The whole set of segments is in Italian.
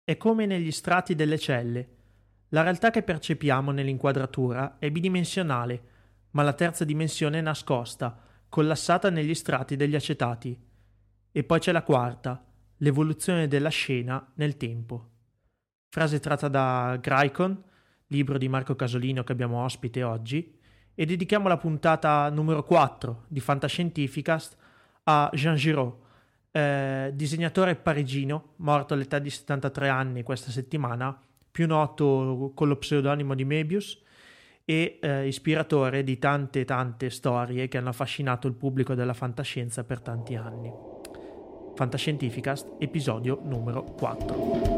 È come negli strati delle celle. La realtà che percepiamo nell'inquadratura è bidimensionale, ma la terza dimensione è nascosta, collassata negli strati degli acetati. E poi c'è la quarta, l'evoluzione della scena nel tempo. Frase tratta da Graicon, libro di Marco Casolino che abbiamo ospite oggi, e dedichiamo la puntata numero 4 di Fantascientificast a Jean Giraud, disegnatore parigino, morto all'età di 73 anni questa settimana, più noto con lo pseudonimo di Mebius, e ispiratore di tante storie che hanno affascinato il pubblico della fantascienza per tanti anni. Fantascientificast, episodio numero 4.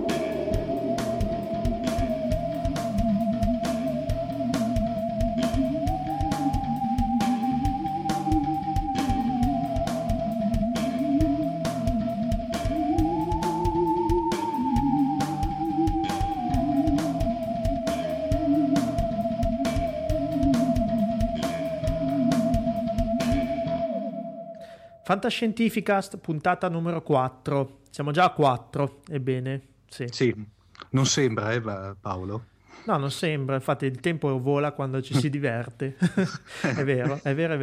Fantascientificast, puntata numero 4. Siamo già a 4, ebbene, sì. Sì, non sembra, Paolo? No, non sembra, infatti il tempo vola quando ci si diverte. È vero.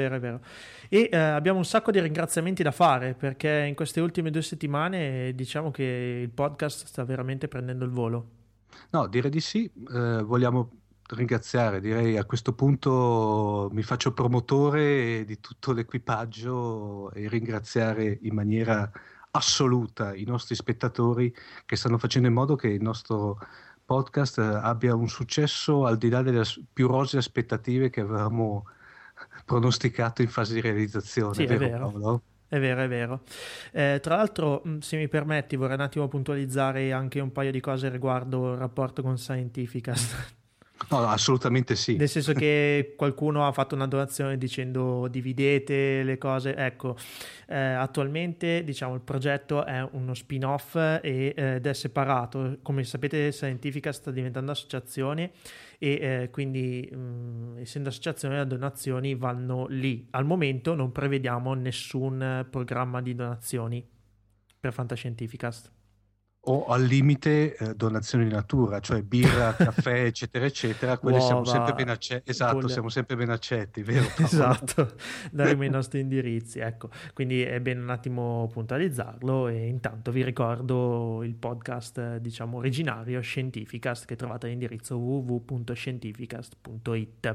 E abbiamo un sacco di ringraziamenti da fare, perché in queste ultime 2 settimane diciamo che il podcast sta veramente prendendo il volo. No, direi di sì. Vogliamo ringraziare, direi a questo punto mi faccio promotore di tutto l'equipaggio e ringraziare in maniera assoluta i nostri spettatori che stanno facendo in modo che il nostro podcast abbia un successo al di là delle più rosee aspettative che avevamo pronosticato in fase di realizzazione, Sì, è vero vero. Paolo? È vero. Tra l'altro, se mi permetti, vorrei un attimo puntualizzare anche un paio di cose riguardo il rapporto con Scientificast. No, assolutamente sì. Nel senso che qualcuno ha fatto una donazione dicendo dividete le cose. Ecco, attualmente diciamo il progetto è uno spin-off ed è separato. Come sapete, Scientifica sta diventando associazione e quindi essendo associazione le donazioni vanno lì. Al momento non prevediamo nessun programma di donazioni per Fantascientificast. O al limite donazioni in natura, cioè birra, caffè, eccetera, eccetera. Quelle siamo sempre ben Uova, accetti. Esatto, siamo sempre ben accetti, vero Paolo? Esatto, daremo i nostri indirizzi, ecco, quindi è bene un attimo puntualizzarlo e intanto vi ricordo il podcast, diciamo, originario Scientificast che trovate all'indirizzo www.scientificast.it.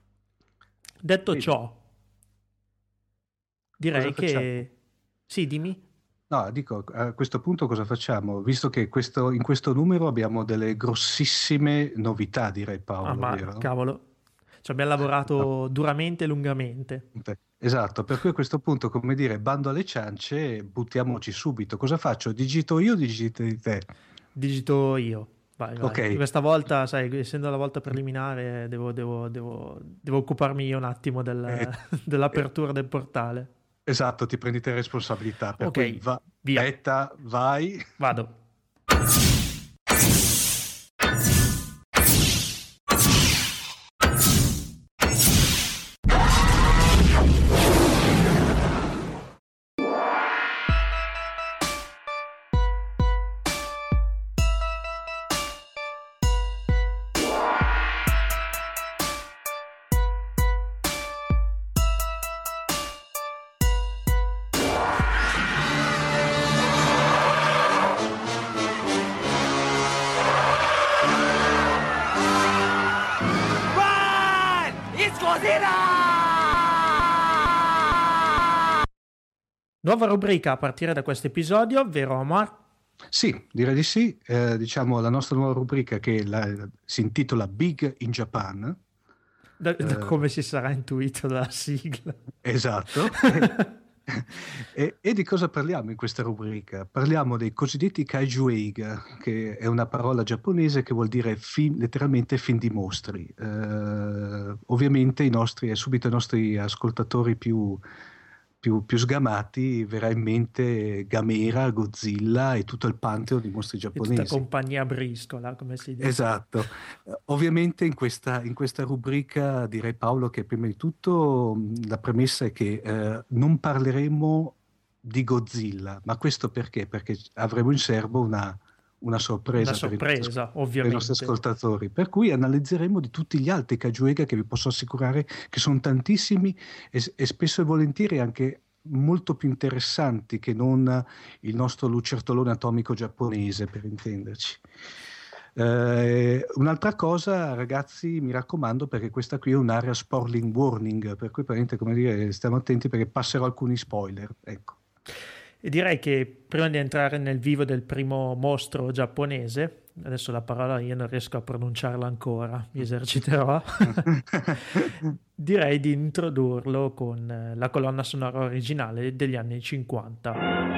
Detto Bene. ciò, direi Cosa facciamo? che... Sì, dimmi. No, dico, a questo punto cosa facciamo? Visto che in questo numero abbiamo delle grossissime novità, direi Ah, Paolo, ma vero? cavolo, ci abbiamo lavorato duramente e lungamente. Esatto, per cui a questo punto, come dire, bando alle ciance, buttiamoci subito. Cosa faccio? Digito io o digiti te? Digito io. Vai. Ok. Questa volta, sai, essendo la volta preliminare, devo occuparmi io un attimo Eh, eh, dell'apertura del portale. esatto, ti prendi te responsabilità, per Ok, cui via, aspetta, vai. vado. Nuova rubrica a partire da questo episodio, vero Omar? Sì, direi di sì. Diciamo la nostra nuova rubrica che si intitola Big in Japan. Da Eh, come si sarà intuito dalla sigla. esatto. E di cosa parliamo in questa rubrica? Parliamo dei cosiddetti kaiju eiga, che è una parola giapponese che vuol dire letteralmente film di mostri. Ovviamente subito i nostri ascoltatori più sgamati verrà in mente Gamera, Godzilla e tutto il pantheon di mostri E tutta giapponesi. compagnia briscola, come si dice. Esatto. Ovviamente in questa rubrica direi Paolo che prima di tutto la premessa è che non parleremo di Godzilla, ma questo perché? Perché avremo in serbo Una per sorpresa, per i nostri ovviamente. ascoltatori. Per cui analizzeremo di tutti gli altri Cagiuega che vi posso assicurare che sono tantissimi e spesso e volentieri anche molto più interessanti che non il nostro lucertolone atomico giapponese, per intenderci. Un'altra cosa, ragazzi, mi raccomando, perché questa qui è un'area spoiling warning, per cui praticamente, come dire, stiamo attenti perché passerò alcuni spoiler, ecco. E direi che prima di entrare nel vivo del primo mostro giapponese, adesso la parola io non riesco a pronunciarla ancora, mi eserciterò, direi di introdurlo con la colonna sonora originale degli anni 50.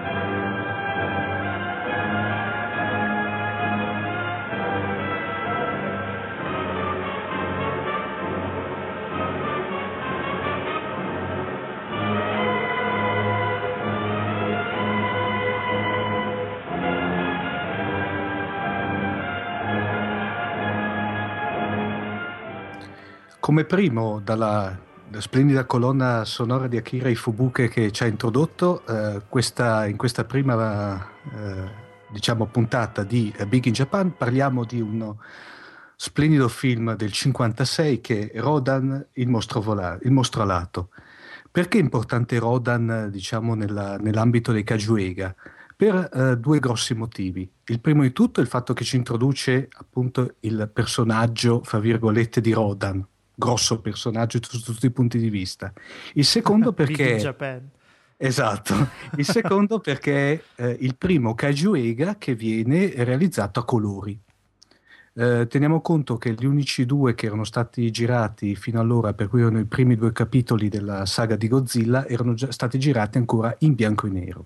Come primo, dalla splendida colonna sonora di Akira Ifubuke che ci ha introdotto, in questa prima diciamo, puntata di Big in Japan, parliamo di uno splendido film del 56 che è Rodan, il mostro alato. Perché è importante Rodan, diciamo, nell'ambito dei Kajuega? Per due grossi motivi. Il primo di tutto è il fatto che ci introduce appunto il personaggio, fra virgolette, di Rodan, grosso personaggio su tutti i punti di vista. Il secondo Big in perché, Japan. esatto, il secondo perché è il primo Kajuega che viene realizzato a colori. Teniamo conto che gli unici due che erano stati girati fino allora, per cui erano i primi due capitoli della saga di Godzilla, erano già stati girati ancora in bianco e nero.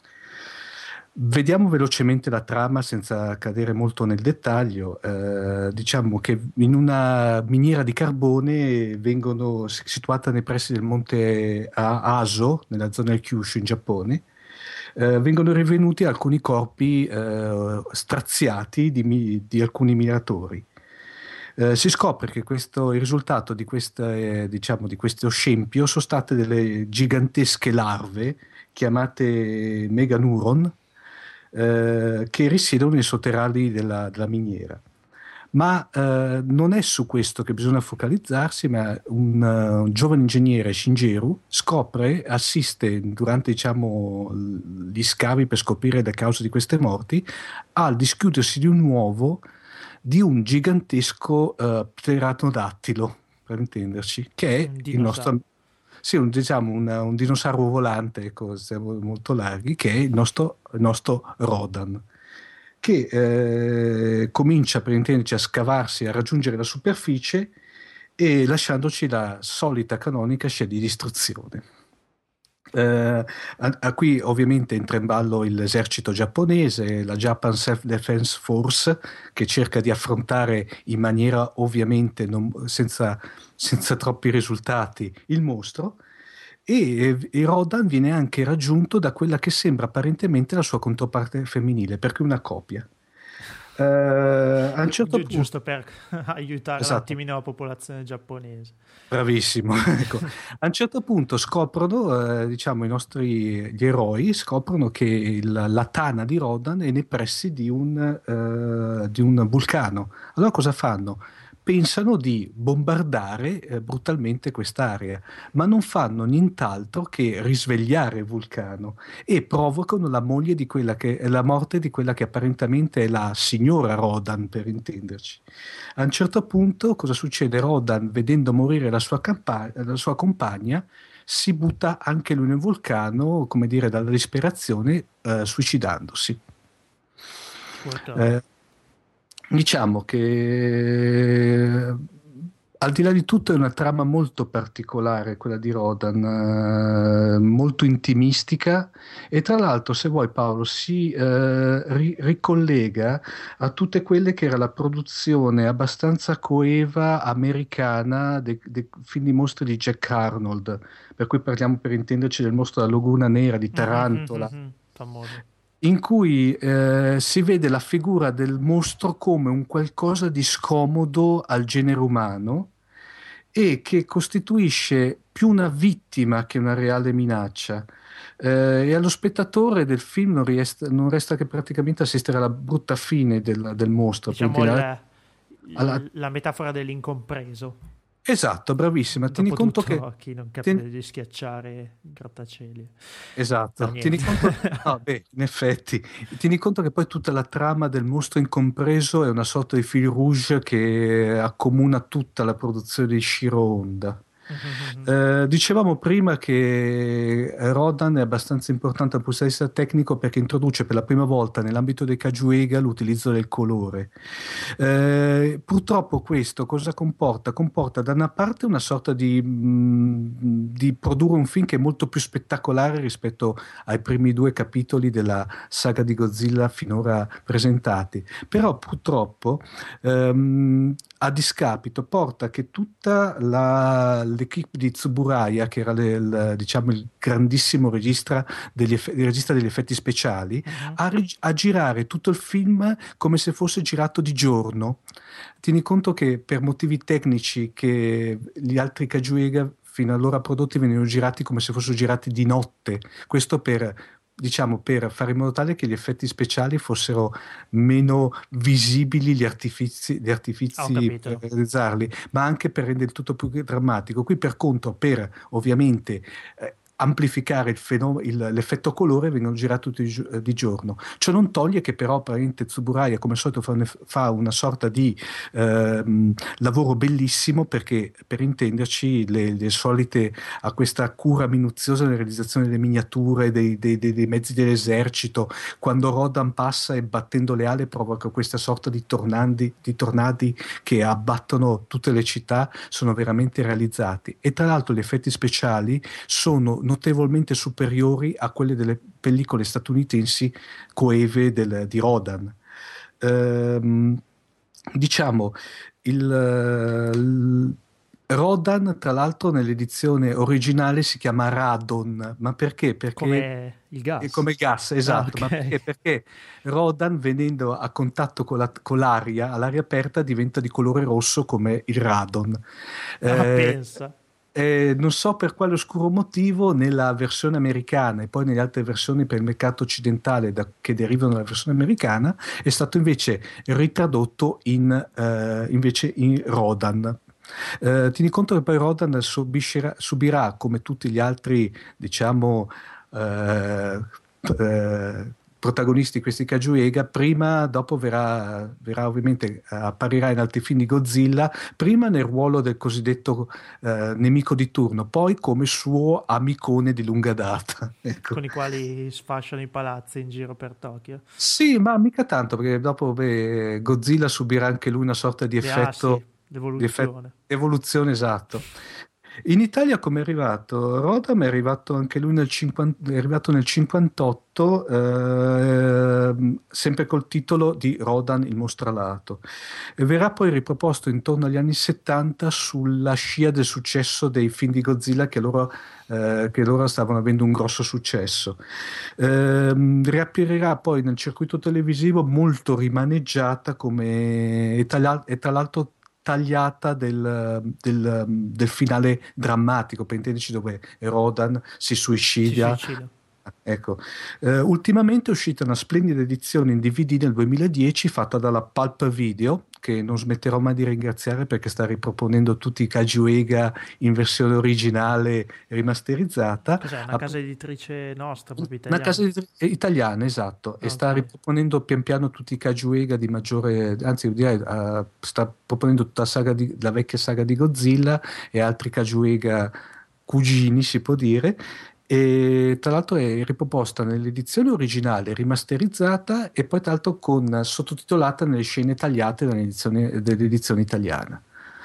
Vediamo velocemente la trama senza cadere molto nel dettaglio. Diciamo che in una miniera di carbone situata nei pressi del monte Aso, nella zona del Kyushu in Giappone, vengono rinvenuti alcuni corpi straziati di alcuni minatori. Si scopre che il risultato diciamo, di questo scempio sono state delle gigantesche larve chiamate meganuron, che risiedono nei sotterranei della miniera. Ma non è su questo che bisogna focalizzarsi, ma un giovane ingegnere, Shingeru, assiste durante, diciamo, gli scavi per scoprire la causa di queste morti, al dischiudersi di un uovo di un gigantesco pterodattilo, per intenderci, che è Un il nostro, dinosauro. sì, diciamo un dinosauro volante, ecco, siamo molto larghi, che è il nostro Rodan, che comincia, per intenderci, a scavarsi, a raggiungere la superficie e lasciandoci la solita canonica scia di distruzione. Qui ovviamente entra in ballo l'esercito giapponese, la Japan Self-Defense Force, che cerca di affrontare in maniera ovviamente senza troppi risultati il mostro, e Rodan viene anche raggiunto da quella che sembra apparentemente la sua controparte femminile, perché è una copia. A un certo punto, Giusto per aiutare un esatto. attimino la popolazione giapponese. Bravissimo. Ecco. A un certo punto scoprono, diciamo, gli eroi scoprono che la tana di Rodan è nei pressi di un vulcano. Allora cosa fanno? Pensano di bombardare brutalmente quest'area, ma non fanno nient'altro che risvegliare il vulcano e provocano la morte di quella che apparentemente è la signora Rodan, per intenderci. A un certo punto, cosa succede? Rodan, vedendo morire la sua compagna, si butta anche lui nel vulcano, come dire, dalla disperazione, suicidandosi. Purtroppo. Eh, diciamo che al di là di tutto è una trama molto particolare quella di Rodan, molto intimistica e tra l'altro, se vuoi Paolo, si ricollega a tutte quelle che era la produzione abbastanza coeva americana dei film di mostri di Jack Arnold, per cui parliamo, per intenderci, del mostro della Laguna Nera di Tarantola, Famoso. in cui si vede la figura del mostro come un qualcosa di scomodo al genere umano e che costituisce più una vittima che una reale minaccia. E allo spettatore del film non resta che praticamente assistere alla brutta fine del mostro. Diciamo Alla- la metafora dell'incompreso. Esatto, bravissima. Tieni conto Dopotutto, che... a chi non tieni- capita di schiacciare i grattacieli. No, Esatto, tieni niente. conto... No, beh, in effetti, tieni conto che poi tutta la trama del mostro incompreso è una sorta di fil rouge che accomuna tutta la produzione di Shiro Honda. Dicevamo prima che Rodan è abbastanza importante dal punto di vista tecnico perché introduce per la prima volta nell'ambito dei Kajuega l'utilizzo del colore. Purtroppo questo cosa comporta? Comporta da una parte una sorta di produrre un film che è molto più spettacolare rispetto ai primi due capitoli della saga di Godzilla finora presentati, però purtroppo a discapito porta che tutta l'equipe di Tsuburaya, che era diciamo, il grandissimo il regista degli effetti speciali, a girare tutto il film come se fosse girato di giorno. Tieni conto che per motivi tecnici che gli altri Kajuega fino allora prodotti venivano girati come se fossero girati di notte. Questo diciamo, per fare in modo tale che gli effetti speciali fossero meno visibili gli Ho artifizi per capito. realizzarli, ma anche per rendere il tutto più drammatico. Qui per contro, per ovviamente amplificare l'effetto colore, vengono girati tutti di giorno. Ciò non toglie che però apparentemente Tsuburaya come al solito fa una sorta di lavoro bellissimo perché per intenderci le solite ha questa cura minuziosa nella realizzazione delle miniature dei mezzi dell'esercito. Quando Rodan passa e battendo le ali provoca questa sorta di tornadi che abbattono tutte le città, sono veramente realizzati. E tra l'altro gli effetti speciali sono notevolmente superiori a quelli delle pellicole statunitensi coeve di Rodan. Ehm, diciamo, il Rodan, tra l'altro, nell'edizione originale si chiama Radon, ma perché? Perché Come il è gas. come gas, Ah, esatto, ma ok. perché? Perché Rodan, venendo a contatto con l'aria, all'aria aperta, diventa di colore rosso come il radon. Ah, Eh, pensa. non so per quale oscuro motivo nella versione americana e poi nelle altre versioni per il mercato occidentale che derivano dalla versione americana è stato invece ritradotto invece in Rodan. Tieni conto che poi Rodan subirà, come tutti gli altri, diciamo, eh, protagonisti di questi Kajuega, prima, dopo verrà ovviamente, apparirà in altri film di Godzilla, prima nel ruolo del cosiddetto nemico di turno, poi come suo amicone di lunga data. Ecco. Con i quali sfasciano i palazzi in giro per Tokyo. Sì, ma mica tanto, perché dopo beh, Godzilla subirà anche lui una sorta di Ah, sì, effetto l'evoluzione. evoluzione, esatto. In Italia come è arrivato? Rodham è arrivato anche lui è arrivato nel 58, sempre col titolo di Rodan il mostralato. E verrà poi riproposto intorno agli anni 70 sulla scia del successo dei film di Godzilla che loro stavano avendo un grosso successo. Riapparirà poi nel circuito televisivo molto rimaneggiata e tra l'altro tagliata del finale drammatico, per intenderci, dove Rodan si Si suicida. suicida. Ecco. Ultimamente è uscita una splendida edizione in DVD nel 2010 fatta dalla Pulp Video, che non smetterò mai di ringraziare perché sta riproponendo tutti i Kajuega in versione originale rimasterizzata. Cos'è? Una casa editrice nostra, proprio Una casa italiana. italiana, esatto, e sta Ok. riproponendo pian piano tutti i Kajuega di maggiore, anzi direi sta proponendo tutta la vecchia saga di Godzilla e altri Kajuega cugini, si può dire, e tra l'altro è riproposta nell'edizione originale, rimasterizzata e poi tra l'altro sottotitolata nelle scene tagliate dell'edizione italiana.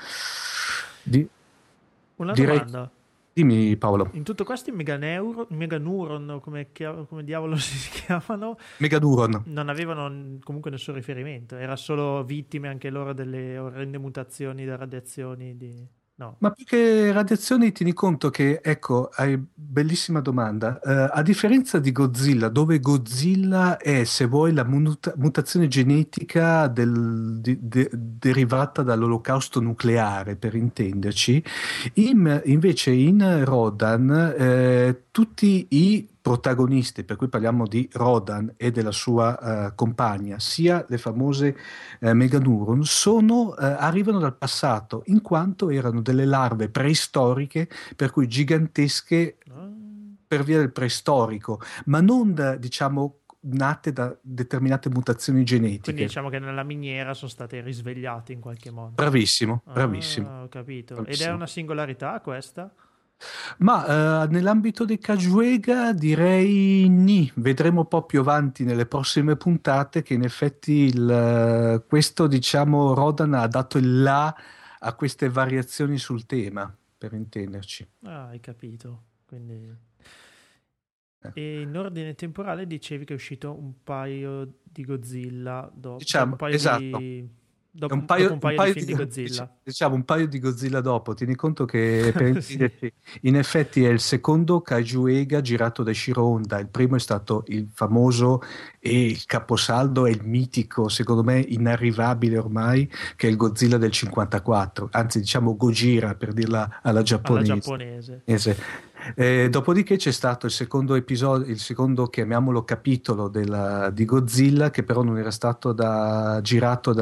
Di- Una direi, domanda. dimmi Paolo, In tutto questo i Meganeuron, come diavolo si chiamano, Megaduron. non avevano comunque nessun riferimento. Era solo vittime anche loro delle orrende mutazioni da radiazioni di No. Ma più che radiazioni, tieni conto che, ecco, hai bellissima domanda. A differenza di Godzilla, dove Godzilla è, se vuoi, la mutazione genetica derivata dall'olocausto nucleare, per intenderci, invece in Rodan, tutti i protagonisti, per cui parliamo di Rodan e della sua compagna, sia le famose Meganuron, arrivano dal passato, in quanto erano delle larve preistoriche, per cui gigantesche Ah, per via del preistorico, ma non diciamo, nate da determinate mutazioni quindi genetiche. diciamo che nella miniera sono state risvegliate in qualche modo. Bravissimo, bravissimo, Ah, ho capito. Ed è bravissimo. una singolarità questa? Ma nell'ambito dei Cajuega direi ni, vedremo un po' più avanti nelle prossime puntate che in effetti questo diciamo Rodan ha dato il là a queste variazioni sul tema, per intenderci. Ah, hai capito. Quindi... Eh, E in ordine temporale dicevi che è uscito un paio di Godzilla, cioè un Diciamo, paio esatto. di... È dopo un paio di film di dic- Godzilla. diciamo un paio di Godzilla dopo. Tieni conto che per Sì. intenderci, in effetti è il secondo Kaiju Ega girato da Shiro Honda. Il primo è stato il famoso e il caposaldo e il mitico, secondo me inarrivabile ormai, che è il Godzilla del 54, anzi diciamo Gojira per dirla alla Alla giapponese. giapponese. Dopodiché c'è stato il secondo episodio, il secondo, chiamiamolo capitolo di Godzilla, che però non era stato girato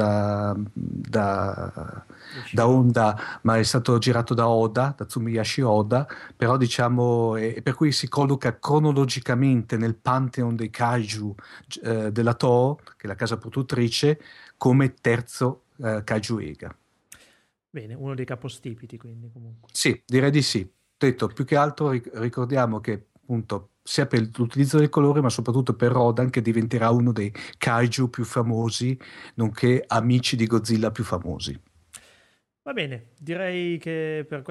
da Riuscirò. Honda, ma è stato girato da Oda, da Tsumiyashi Oda, però diciamo, per cui si colloca cronologicamente nel pantheon dei kaiju della Toho, che è la casa produttrice, come terzo kaiju Ega. Bene, uno dei capostipiti quindi comunque. Sì, direi di sì. Detto, più che altro ricordiamo che appunto sia per l'utilizzo del colore, ma soprattutto per Rodan, che diventerà uno dei kaiju più famosi, nonché amici di Godzilla più famosi. Va bene, direi che per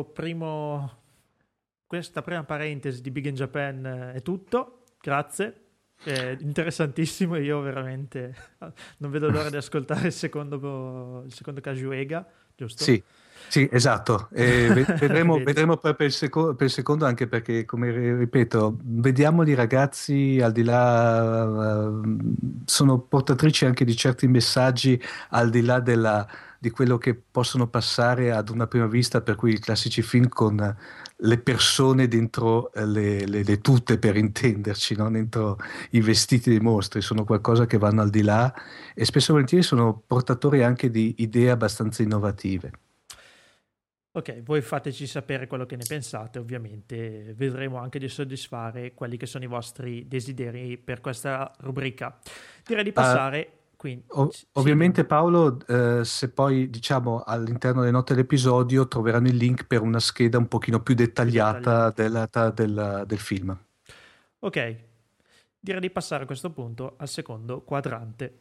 questa prima parentesi di Big in Japan è tutto. Grazie. È interessantissimo, io veramente non vedo l'ora di ascoltare il secondo Kajuega, giusto? Sì, sì, esatto. Vedremo, Bene. vedremo poi per il secondo, anche perché, come ripeto, vediamo i ragazzi al di là, sono portatrici anche di certi messaggi al di là di quello che possono passare ad una prima vista, per cui i classici film con le persone dentro le tute, per intenderci, no? Dentro i vestiti dei mostri, sono qualcosa che vanno al di là e spesso e volentieri sono portatori anche di idee abbastanza innovative. Ok, voi fateci sapere quello che ne pensate, ovviamente vedremo anche di soddisfare quelli che sono i vostri desideri per questa rubrica. Direi di Ah, passare, quindi, sì, ovviamente dimmi, Paolo, se poi diciamo all'interno delle note dell'episodio troveranno il link per una scheda un pochino più più dettagliata dettagliata. del film. Ok, direi di passare a questo punto al secondo quadrante.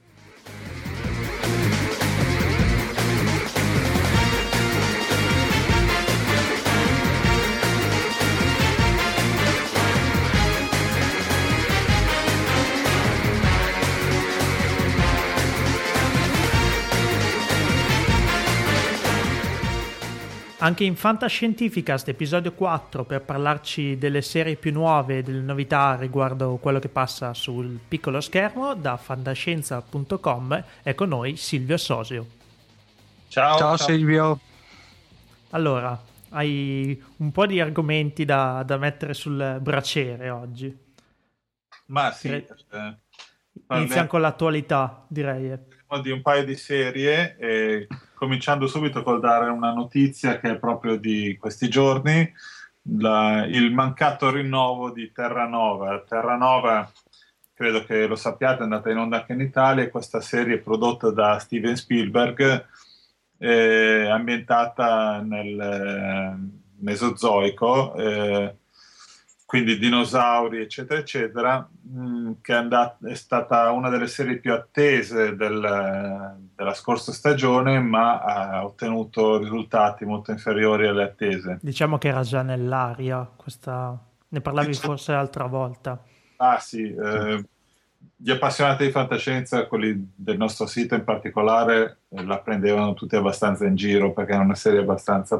Anche in Fantascientificast, episodio 4, per parlarci delle serie più nuove, delle novità riguardo quello che passa sul piccolo schermo, da fantascienza.com è con noi Silvio Sosio. Ciao, Ciao ciao. Silvio. Allora, hai un po' di argomenti da mettere sul braciere oggi. Ma sì, Direi- Iniziamo parliamo con l'attualità, direi. di un paio di serie, cominciando subito col dare una notizia che è proprio di questi giorni, il mancato rinnovo di Terranova. Terranova, credo che lo sappiate, è andata in onda anche in Italia, e questa serie è prodotta da Steven Spielberg, ambientata nel Mesozoico, quindi dinosauri, eccetera, eccetera, che è stata una delle serie più attese della scorsa stagione, ma ha ottenuto risultati molto inferiori alle attese. Diciamo che era già nell'aria, ne parlavi Diciamo- forse l'altra volta. Ah sì, gli appassionati di fantascienza, quelli del nostro sito in particolare, la prendevano tutti abbastanza in giro perché è una serie abbastanza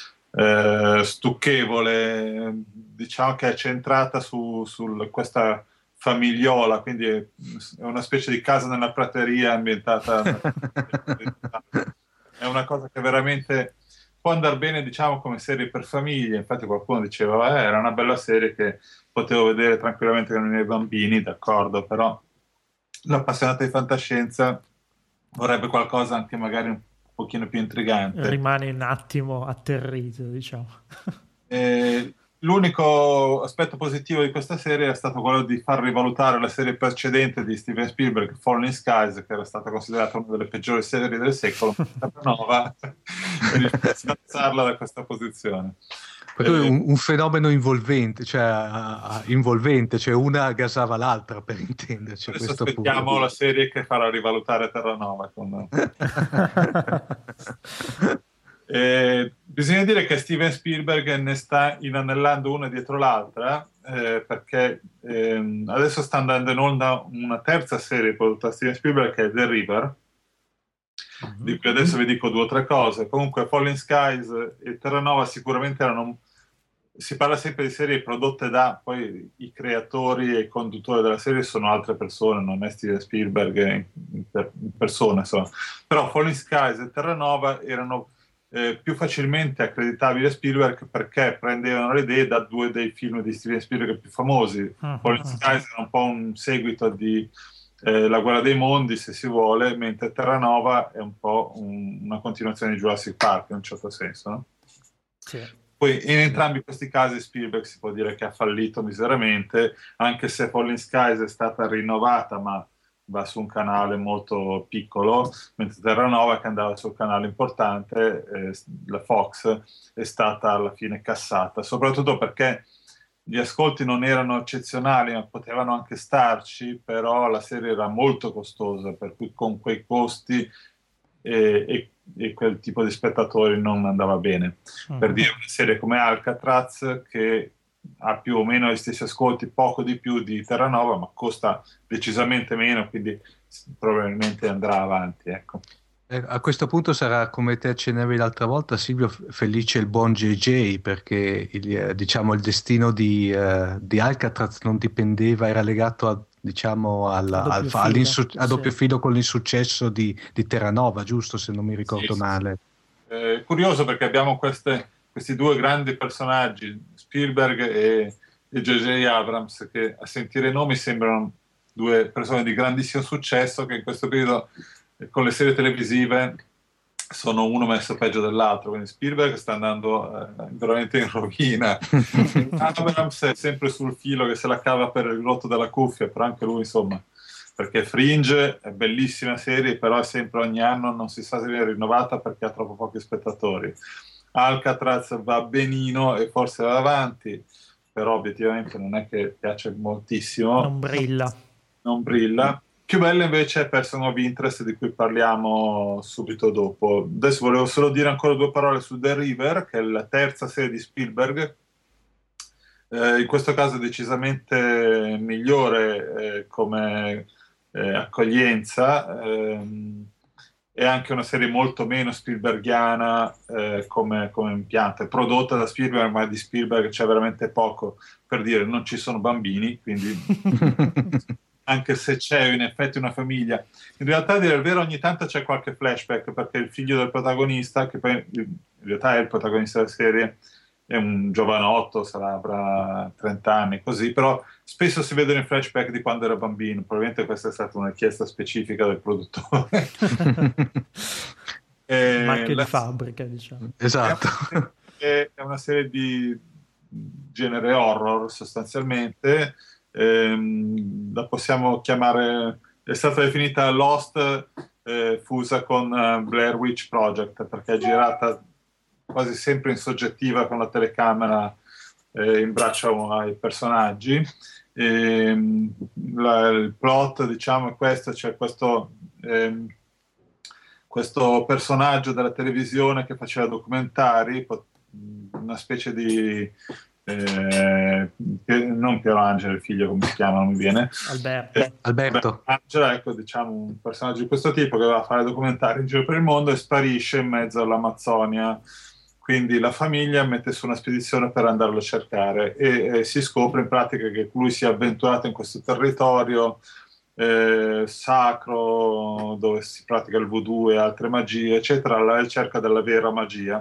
stucchevole, diciamo che è centrata su questa famigliola, quindi è una specie di casa nella prateria ambientata. È una cosa che veramente può andare bene, diciamo, come serie per famiglie. Infatti qualcuno diceva, era una bella serie che potevo vedere tranquillamente con i miei bambini, d'accordo, però l'appassionato di fantascienza vorrebbe qualcosa anche magari un pochino più intrigante. Rimane un attimo atterrito, diciamo. L'unico aspetto positivo di questa serie è stato quello di far rivalutare la serie precedente di Steven Spielberg, Falling Skies, che era stata considerata una delle peggiori serie del secolo, nova, e riuscire a alzarla da questa posizione. Un fenomeno involvente, cioè una gasava l'altra, per intenderci. Adesso aspettiamo la serie che farà rivalutare Terranova. Bisogna dire che Steven Spielberg ne sta inanellando una dietro l'altra, perché adesso sta andando in onda una terza serie prodotta da Steven Spielberg, che è The River, di cui adesso vi dico 2 o 3 cose. Comunque Falling Skies e Terranova sicuramente erano... Si parla sempre di serie prodotte da... Poi i creatori e i conduttori della serie sono altre persone, non è Steven Spielberg in persona, insomma. Però Falling Skies e Terranova erano più facilmente accreditabili a Spielberg perché prendevano le idee da 2 dei film di Steven Spielberg più famosi. Falling Skies era un po' un seguito di La guerra dei mondi, se si vuole, mentre Terranova è un po' una continuazione di Jurassic Park in un certo senso, no? Sì. Poi in entrambi questi casi Spielberg si può dire che ha fallito miseramente, anche se Falling Skies è stata rinnovata, ma va su un canale molto piccolo, mentre Terranova, che andava sul canale importante, la Fox, è stata alla fine cassata, soprattutto perché gli ascolti non erano eccezionali, ma potevano anche starci, però la serie era molto costosa, per cui con quei costi e quel tipo di spettatori non andava bene. Per dire, una serie come Alcatraz, che ha più o meno gli stessi ascolti, poco di più di Terranova, ma costa decisamente meno, quindi probabilmente andrà avanti, ecco. A questo punto sarà, come te accennavi l'altra volta, Silvio, felice il buon JJ, perché diciamo, il destino di Alcatraz non dipendeva, era legato diciamo, A doppio filo, a doppio sì. filo con l'insuccesso di Terranova, giusto, se non mi ricordo Sì. male. Curioso perché abbiamo questi 2 grandi personaggi, Spielberg e J.J. Abrams, che a sentire i nomi sembrano 2 persone di grandissimo successo che in questo periodo con le serie televisive sono uno messo peggio dell'altro, quindi Spielberg sta andando veramente in rovina. Abrams è sempre sul filo che se la cava per il rotto della cuffia, però anche lui, insomma, perché Fringe è bellissima serie, però è sempre ogni anno, non si sa se viene rinnovata perché ha troppo pochi spettatori. Alcatraz va benino e forse va avanti, però obiettivamente non è che piace moltissimo. Non brilla. Non brilla. Più bella invece è Person of Interest, di cui parliamo subito dopo. Adesso volevo solo dire ancora 2 parole su The River, che è la terza serie di Spielberg. In questo caso è decisamente migliore come accoglienza. È anche una serie molto meno Spielbergiana come impianto. È prodotta da Spielberg, ma di Spielberg c'è veramente poco. Per dire, non ci sono bambini, quindi... anche se c'è in effetti una famiglia. In realtà, a dire il vero, ogni tanto c'è qualche flashback, perché il figlio del protagonista, che poi in realtà è il protagonista della serie, è un giovanotto, avrà 30 anni, così, però spesso si vedono i flashback di quando era bambino. Probabilmente questa è stata una richiesta specifica del produttore. Marchio di fabbrica, diciamo. Esatto. È una serie di genere horror, sostanzialmente. La possiamo chiamare, è stata definita Lost fusa con Blair Witch Project, perché è girata quasi sempre in soggettiva con la telecamera in braccio ai personaggi. Il plot, diciamo, è questo: c'è questo personaggio della televisione che faceva documentari, una specie di non Piero Angela, il figlio, come si chiama, non mi viene. Alberto. Angela, ecco, diciamo un personaggio di questo tipo che va a fare documentari in giro per il mondo e sparisce in mezzo all'Amazzonia. Quindi la famiglia mette su una spedizione per andarlo a cercare e si scopre in pratica che lui si è avventurato in questo territorio sacro dove si pratica il voodoo e altre magie, eccetera, alla ricerca della vera magia.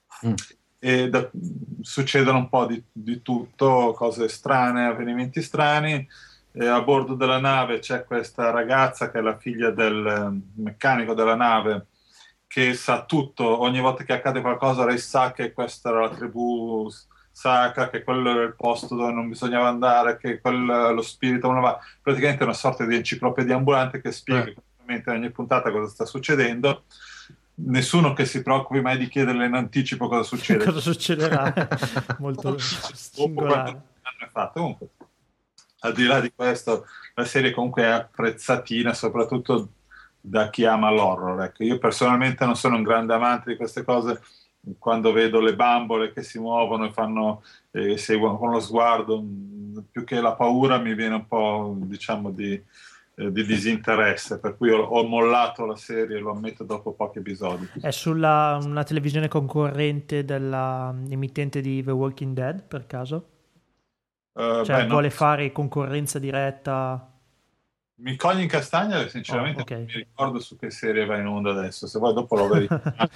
E succedono un po' di tutto, cose strane, avvenimenti strani. A bordo della nave c'è questa ragazza che è la figlia del meccanico della nave, che sa tutto. Ogni volta che accade qualcosa lei sa che questa era la tribù sacra, che quello era il posto dove non bisognava andare, che lo spirito non va. Praticamente è una sorta di enciclopedia ambulante che spiega in ogni puntata cosa sta succedendo. Nessuno che si preoccupi mai di chiederle in anticipo cosa succede. Cosa succederà? Molto singolare. Comunque, al di là di questo, la serie comunque è apprezzatina, soprattutto da chi ama l'horror. Ecco, io personalmente non sono un grande amante di queste cose. Quando vedo le bambole che si muovono e fanno seguono con lo sguardo, più che la paura mi viene un po', diciamo, di disinteresse, per cui ho mollato la serie, lo ammetto, dopo pochi episodi. È sulla una televisione concorrente della emittente di The Walking Dead, per caso? Cioè vuole fare concorrenza diretta? Mi cogli in castagna, sinceramente non mi ricordo su che serie va in onda adesso, se vuoi dopo lo vedi.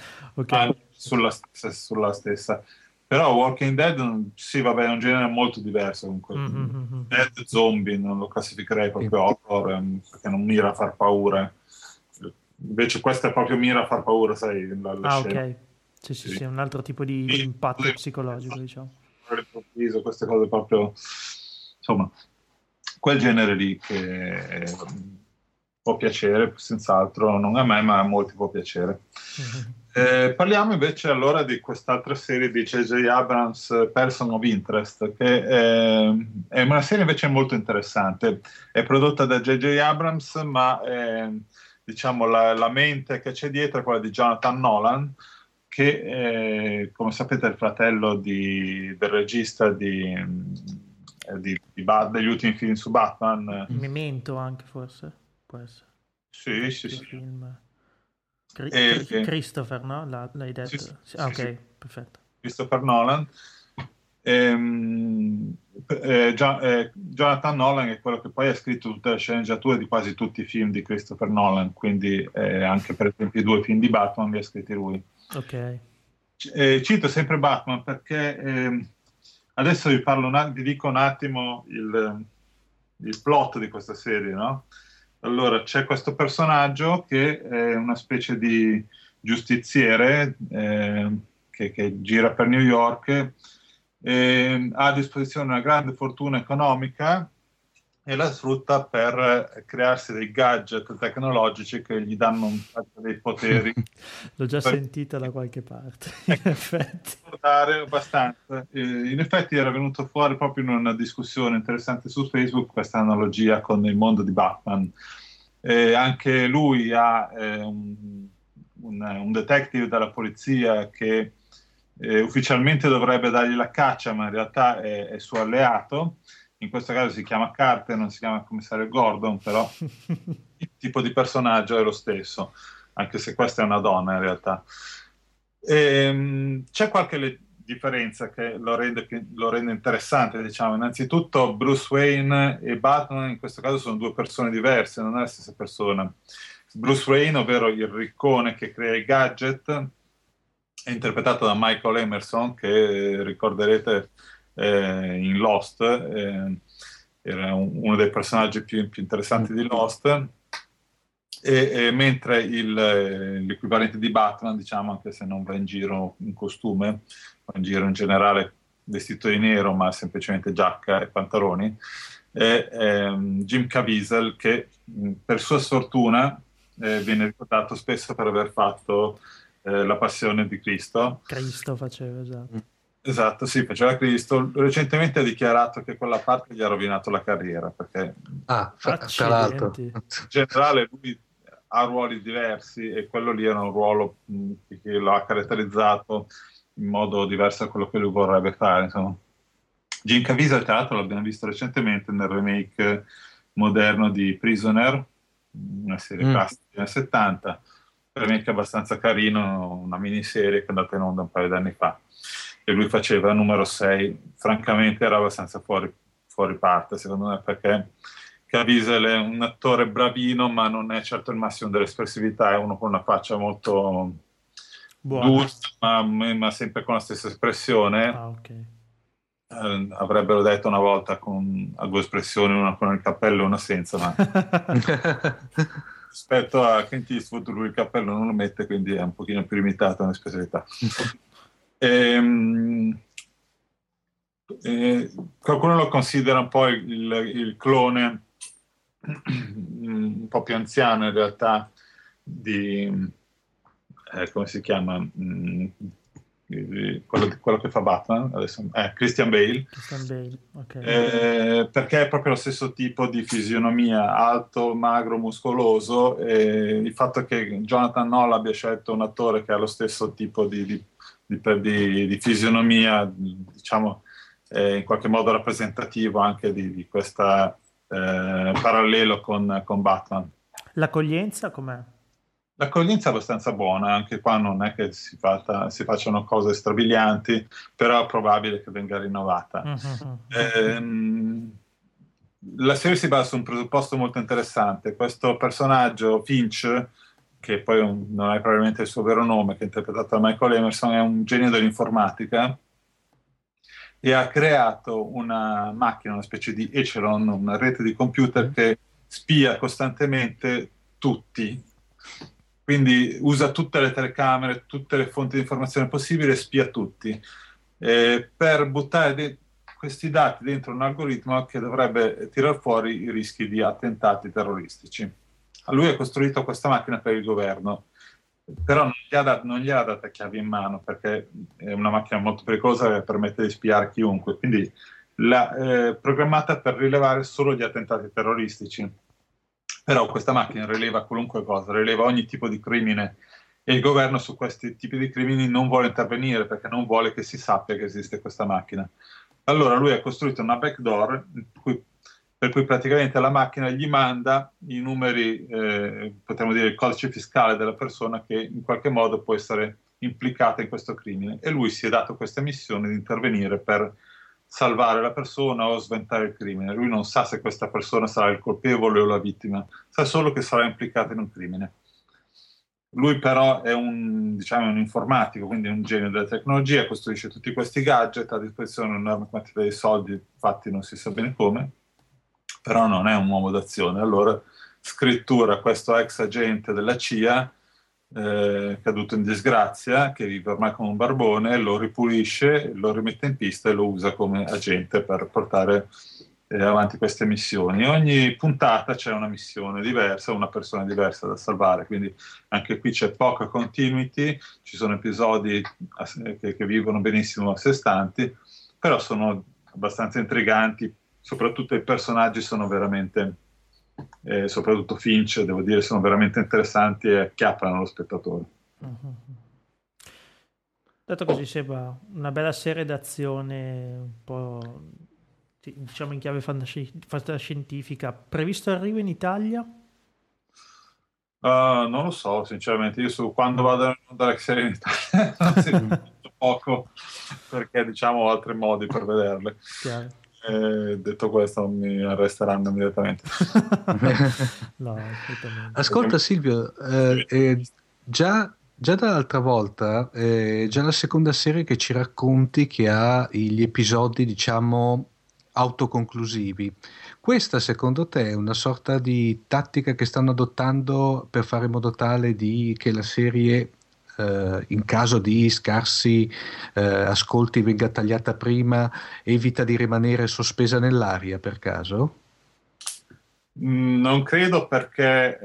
sulla stessa. Però Walking Dead, sì, vabbè, è un genere molto diverso comunque. Dead zombie non lo classificherei proprio horror, perché non mira a far paura. Invece questa è proprio mira a far paura, sai, la ok. Sì, un altro tipo di impatto psicologico, diciamo. All'improvviso, queste cose proprio, insomma, quel genere lì che può piacere, senz'altro, non a me, ma a molti può piacere. Parliamo invece allora di quest'altra serie di J.J. Abrams, Person of Interest, che è una serie invece molto interessante. È prodotta da J.J. Abrams, ma diciamo la mente che c'è dietro è quella di Jonathan Nolan, che come sapete è il fratello del regista degli ultimi film su Batman. Memento anche, forse può essere. Sì. Film. Christopher, no? L'hai detto? Sì. Ok, perfetto. Christopher Nolan. Jonathan Nolan è quello che poi ha scritto tutte le sceneggiature di quasi tutti i film di Christopher Nolan, quindi anche per esempio i 2 film di Batman li ha scritti lui. Ok. Cito sempre Batman perché adesso vi dico un attimo il plot di questa serie, no? Allora, c'è questo personaggio che è una specie di giustiziere che gira per New York, ha a disposizione una grande fortuna economica e la sfrutta per crearsi dei gadget tecnologici che gli danno un sacco dei poteri. L'ho già sentita da qualche parte, in effetti. Abbastanza. In effetti era venuto fuori proprio in una discussione interessante su Facebook questa analogia con il mondo di Batman. Anche lui ha un detective della polizia che ufficialmente dovrebbe dargli la caccia, ma in realtà è suo alleato. In questo caso si chiama Carter, non si chiama commissario Gordon, però il tipo di personaggio è lo stesso, anche se questa è una donna in realtà. C'è qualche differenza che lo rende interessante, diciamo. Innanzitutto Bruce Wayne e Batman in questo caso sono 2 persone diverse, non è la stessa persona. Bruce Wayne, ovvero il riccone che crea i gadget, è interpretato da Michael Emerson, che ricorderete in Lost, era uno dei personaggi più interessanti di Lost, mentre l'equivalente di Batman, diciamo, anche se non va in giro in costume, va in giro in generale vestito di nero, ma semplicemente giacca e pantaloni, è Jim Caviezel, che per sua sfortuna viene ricordato spesso per aver fatto La Passione di Cristo. Cristo faceva, esatto. Esatto, sì, faceva Cristo. Recentemente ha dichiarato che quella parte gli ha rovinato la carriera, perché tra l'altro in generale lui ha ruoli diversi e quello lì era un ruolo che lo ha caratterizzato in modo diverso da quello che lui vorrebbe fare, insomma. Jim Caviezel, tra l'altro, l'abbiamo visto recentemente nel remake moderno di Prisoner, una serie classica degli anni 70, un remake abbastanza carino, una miniserie che è andata in onda un paio d'anni fa. E lui faceva il numero 6, francamente era abbastanza fuori parte, secondo me, perché Caviezel è un attore bravino, ma non è certo il massimo dell'espressività, è uno con una faccia molto Buona. dura, ma sempre con la stessa espressione. Ah, ok. Avrebbero detto una volta a due espressioni, una con il cappello e una senza, ma rispetto a Clint Eastwood lui il cappello non lo mette, quindi è un pochino più limitato nell'espressività. Ehm, Qualcuno lo considera un po' il clone un po' più anziano in realtà di come si chiama? Quello che fa Batman adesso, Christian Bale. Christian Bale, ok. Perché è proprio lo stesso tipo di fisionomia, alto, magro, muscoloso, e il fatto che Jonathan Noll abbia scelto un attore che ha lo stesso tipo di fisionomia, diciamo, in qualche modo rappresentativo anche di questa parallelo con Batman. L'accoglienza com'è? L'accoglienza è abbastanza buona, anche qua non è che si facciano cose strabilianti, però è probabile che venga rinnovata. La serie si basa su un presupposto molto interessante. Questo personaggio, Finch, che poi non è probabilmente il suo vero nome, che è interpretato da Michael Emerson, è un genio dell'informatica e ha creato una macchina, una specie di Echelon, una rete di computer che spia costantemente tutti. Quindi usa tutte le telecamere, tutte le fonti di informazione possibili e spia tutti, per buttare questi dati dentro un algoritmo che dovrebbe tirar fuori i rischi di attentati terroristici. Lui ha costruito questa macchina per il governo, però non gli ha data chiavi in mano perché è una macchina molto pericolosa che permette di spiare chiunque, quindi l'ha programmata per rilevare solo gli attentati terroristici. Però questa macchina rileva qualunque cosa, rileva ogni tipo di crimine e il governo su questi tipi di crimini non vuole intervenire perché non vuole che si sappia che esiste questa macchina. Allora lui ha costruito una backdoor per cui praticamente la macchina gli manda i numeri, potremmo dire il codice fiscale della persona che in qualche modo può essere implicata in questo crimine e lui si è dato questa missione di intervenire per salvare la persona o sventare il crimine. Lui non sa se questa persona sarà il colpevole o la vittima, sa solo che sarà implicata in un crimine. Lui però è diciamo, un informatico, quindi è un genio della tecnologia, costruisce tutti questi gadget, ha a disposizione un'enorme quantità di soldi, infatti non si sa bene come, però non è un uomo d'azione. Allora scrittura questo ex agente della CIA, caduto in disgrazia, che vive ormai come un barbone, lo ripulisce, lo rimette in pista e lo usa come agente per portare avanti queste missioni. Ogni puntata c'è una missione diversa, una persona diversa da salvare, quindi anche qui c'è poca continuity, ci sono episodi che vivono benissimo a sé stanti, però sono abbastanza intriganti, soprattutto i personaggi sono veramente, soprattutto Finch, devo dire, sono veramente interessanti e acchiappano lo spettatore. Detto così sembra una bella serie d'azione un po' diciamo in chiave fantascientifica. Previsto arrivo in Italia? Non lo so, sinceramente, io quando vado dalle serie in Italia non si molto poco, perché diciamo ho altri modi per vederle. Chiaro. Detto questo mi arresteranno immediatamente. No, assolutamente. Ascolta Silvio, già dall'altra volta, già la seconda serie che ci racconti che ha gli episodi, diciamo, autoconclusivi. Questa secondo te è una sorta di tattica che stanno adottando per fare in modo tale che la serie, in caso di scarsi ascolti, venga tagliata prima, evita di rimanere sospesa nell'aria per caso? Non credo perché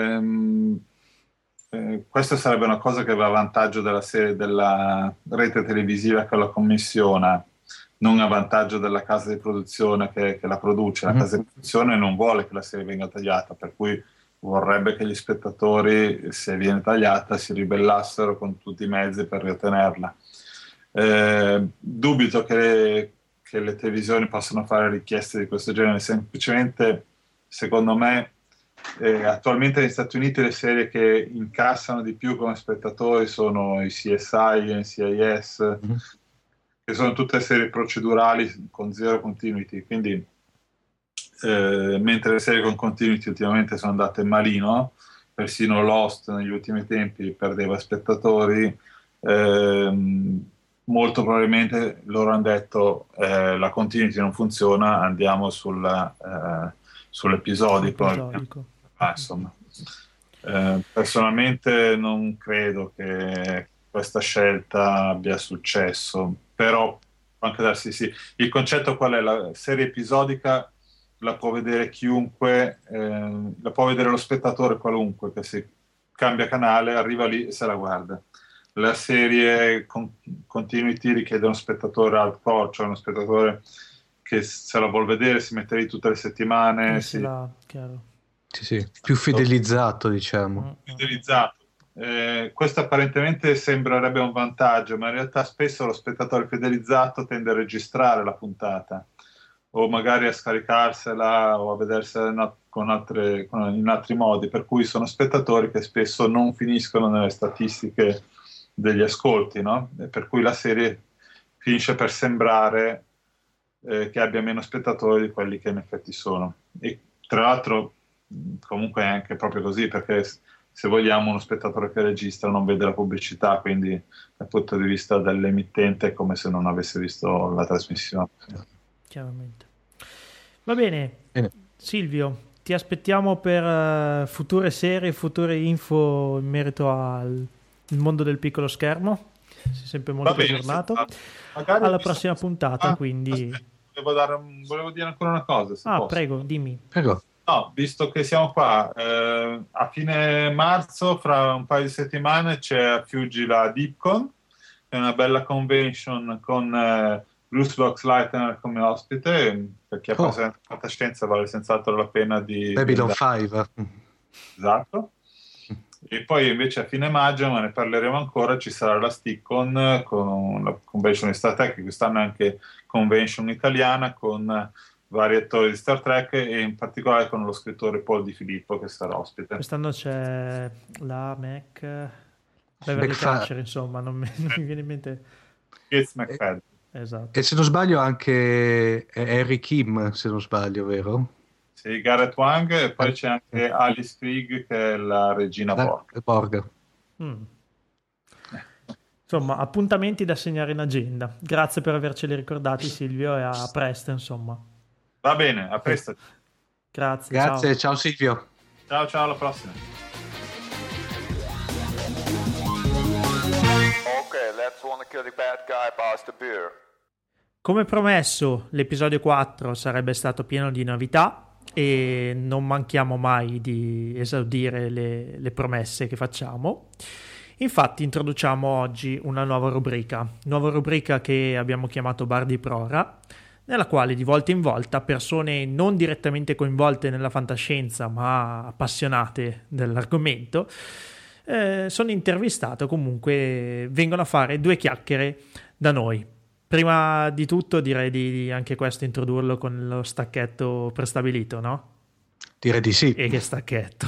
questa sarebbe una cosa che va a vantaggio della rete televisiva che la commissiona, non a vantaggio della casa di produzione che la produce. La casa di produzione non vuole che la serie venga tagliata, per cui vorrebbe che gli spettatori, se viene tagliata, si ribellassero con tutti i mezzi per ritenerla. Dubito che che le televisioni possano fare richieste di questo genere, semplicemente secondo me attualmente negli Stati Uniti le serie che incassano di più come spettatori sono i CSI e NCIS, che sono tutte serie procedurali con zero continuity, quindi mentre le serie con continuity ultimamente sono andate malino, persino Lost negli ultimi tempi perdeva spettatori, molto probabilmente loro hanno detto la continuity non funziona, andiamo sull'episodico. Insomma. Personalmente non credo che questa scelta abbia successo, però può anche darsi sì. Il concetto qual è? La serie episodica la può vedere chiunque, la può vedere lo spettatore qualunque, che se cambia canale arriva lì e se la guarda. La serie con continuity richiede uno spettatore hardcore, cioè uno spettatore che se la vuol vedere si mette lì tutte le settimane. Chiaro. Sì, più fidelizzato, diciamo. Fidelizzato. Questo apparentemente sembrerebbe un vantaggio, ma in realtà spesso lo spettatore fidelizzato tende a registrare la puntata o magari a scaricarsela o a vedersela in altri modi, per cui sono spettatori che spesso non finiscono nelle statistiche degli ascolti, no? E per cui la serie finisce per sembrare che abbia meno spettatori di quelli che in effetti sono. E tra l'altro comunque è anche proprio così, perché se vogliamo uno spettatore che registra non vede la pubblicità, quindi dal punto di vista dell'emittente è come se non avesse visto la trasmissione. Chiaramente. Va bene. Silvio, ti aspettiamo per future serie, future info in merito al mondo del piccolo schermo. Sei sempre molto aggiornato. Alla prossima puntata, quindi. Volevo dire ancora una cosa. Se posso. Prego, dimmi. Prego. No, visto che siamo qua, a fine marzo, fra un paio di settimane, c'è a Fiuggi la DeepCon, che è una bella convention con Bruce Boxleitner come ospite, per chi appassionato di fantascienza vale senz'altro la pena di... Babylon 5. Esatto. E poi invece a fine maggio, ma ne parleremo ancora, ci sarà la StickCon con la convention di Star Trek, quest'anno è anche convention italiana con vari attori di Star Trek e in particolare con lo scrittore Paul Di Filippo che sarà ospite. Quest'anno c'è la Beverly Crusher, insomma, non mi viene in mente. Keith McFadden. Esatto. E se non sbaglio anche Harry Kim, se non sbaglio, vero? Sì, Gareth Wang, e poi c'è anche Alice Krieg che è la regina Borg. Insomma, appuntamenti da segnare in agenda. Grazie per averceli ricordati, Silvio, e a presto, insomma. Va bene, a presto. Grazie, ciao Silvio. Ciao, alla prossima. Okay, let's wanna kill the bad guy, pass the beer. Come promesso, l'episodio 4 sarebbe stato pieno di novità e non manchiamo mai di esaudire le promesse che facciamo. Infatti introduciamo oggi una nuova rubrica che abbiamo chiamato Bar di Prora, nella quale di volta in volta persone non direttamente coinvolte nella fantascienza ma appassionate dell'argomento sono intervistate o comunque vengono a fare due chiacchiere da noi. Prima di tutto direi di anche questo introdurlo con lo stacchetto prestabilito, no? Direi di sì. E che stacchetto.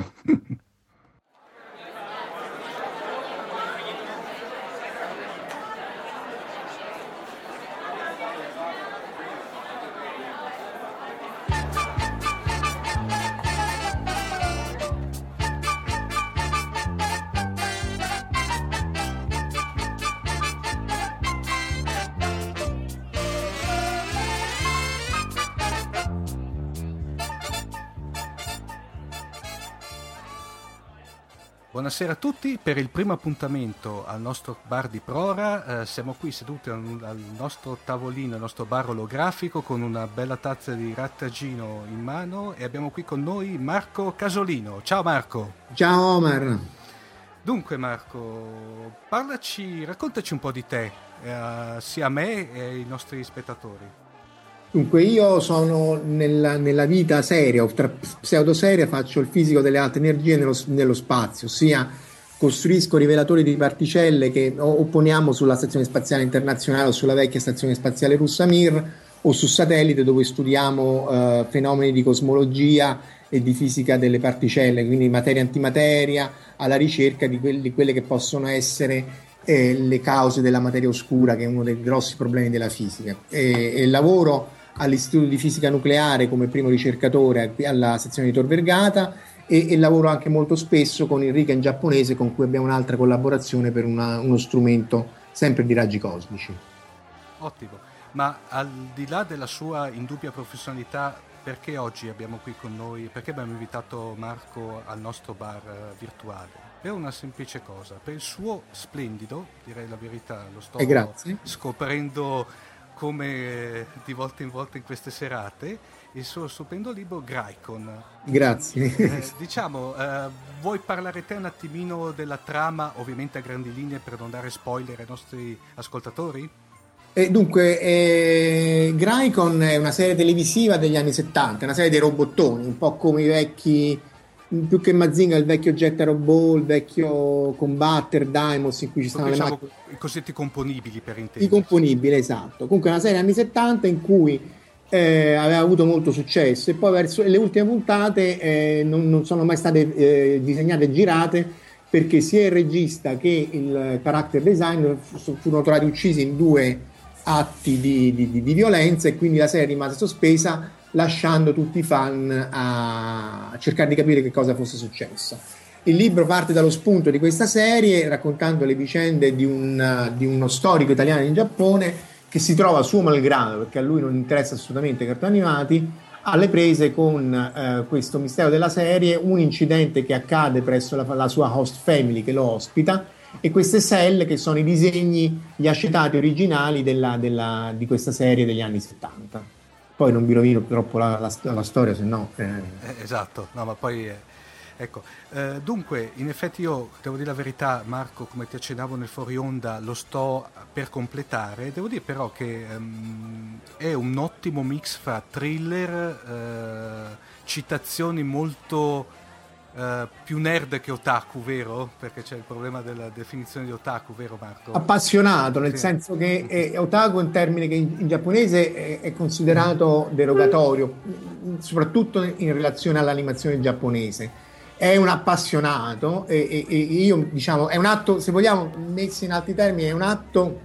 Buonasera a tutti, per il primo appuntamento al nostro bar di Prora siamo qui seduti al nostro tavolino, al nostro bar olografico con una bella tazza di rattagino in mano e abbiamo qui con noi Marco Casolino. Ciao Marco! Ciao Omar! Dunque Marco, raccontaci un po' di te, sia a me e ai nostri spettatori. Dunque io sono nella vita seria o pseudoseria, faccio il fisico delle alte energie nello spazio, ossia costruisco rivelatori di particelle che o poniamo sulla Stazione Spaziale Internazionale o sulla vecchia Stazione Spaziale russa Mir, o su satellite dove studiamo fenomeni di cosmologia e di fisica delle particelle, quindi materia-antimateria, alla ricerca di quelle che possono essere le cause della materia oscura, che è uno dei grossi problemi della fisica. E lavoro all'Istituto di Fisica Nucleare come primo ricercatore alla sezione di Tor Vergata, e lavoro anche molto spesso con il Riken giapponese, con cui abbiamo un'altra collaborazione per uno strumento sempre di raggi cosmici. Ottimo, ma al di là della sua indubbia professionalità, perché oggi abbiamo qui con noi, perché abbiamo invitato Marco al nostro bar virtuale? Per una semplice cosa, per il suo splendido, direi la verità, lo sto scoprendo come di volta in volta in queste serate, il suo stupendo libro Graikon. Grazie. Vuoi parlare te un attimino della trama, ovviamente a grandi linee per non dare spoiler ai nostri ascoltatori? Dunque, Graikon è una serie televisiva degli anni 70, una serie dei robottoni, un po' come i vecchi, più che Mazinga, il vecchio Jet Robot, il vecchio Combatter, Daimos, in cui ci stanno le macchine. I cosiddetti componibili, per intendere. I componibili, esatto. Comunque è una serie anni 70 in cui aveva avuto molto successo, e poi verso le ultime puntate non sono mai state disegnate e girate, perché sia il regista che il character designer furono trovati uccisi in 2 atti di violenza, e quindi la serie rimase sospesa, lasciando tutti i fan a cercare di capire che cosa fosse successo. Il libro parte dallo spunto di questa serie, raccontando le vicende di uno storico italiano in Giappone che si trova suo malgrado, perché a lui non interessa assolutamente i cartoni animati, alle prese con questo mistero della serie, un incidente che accade presso la sua host family che lo ospita, e queste cell che sono i disegni, gli acetati originali di questa serie degli anni 70. Poi non vi rovino troppo la storia, se no... Esatto, no, ma poi... Ecco, dunque, in effetti io devo dire la verità, Marco, come ti accennavo nel fuori onda, lo sto per completare. Devo dire però che è un ottimo mix fra thriller, citazioni molto più nerd che otaku, vero? Perché c'è il problema della definizione di otaku, vero Marco? Appassionato, nel senso che otaku è un termine che in giapponese è considerato derogatorio, soprattutto in relazione all'animazione giapponese. È un appassionato, e io diciamo è un atto, se vogliamo messo in altri termini, è un atto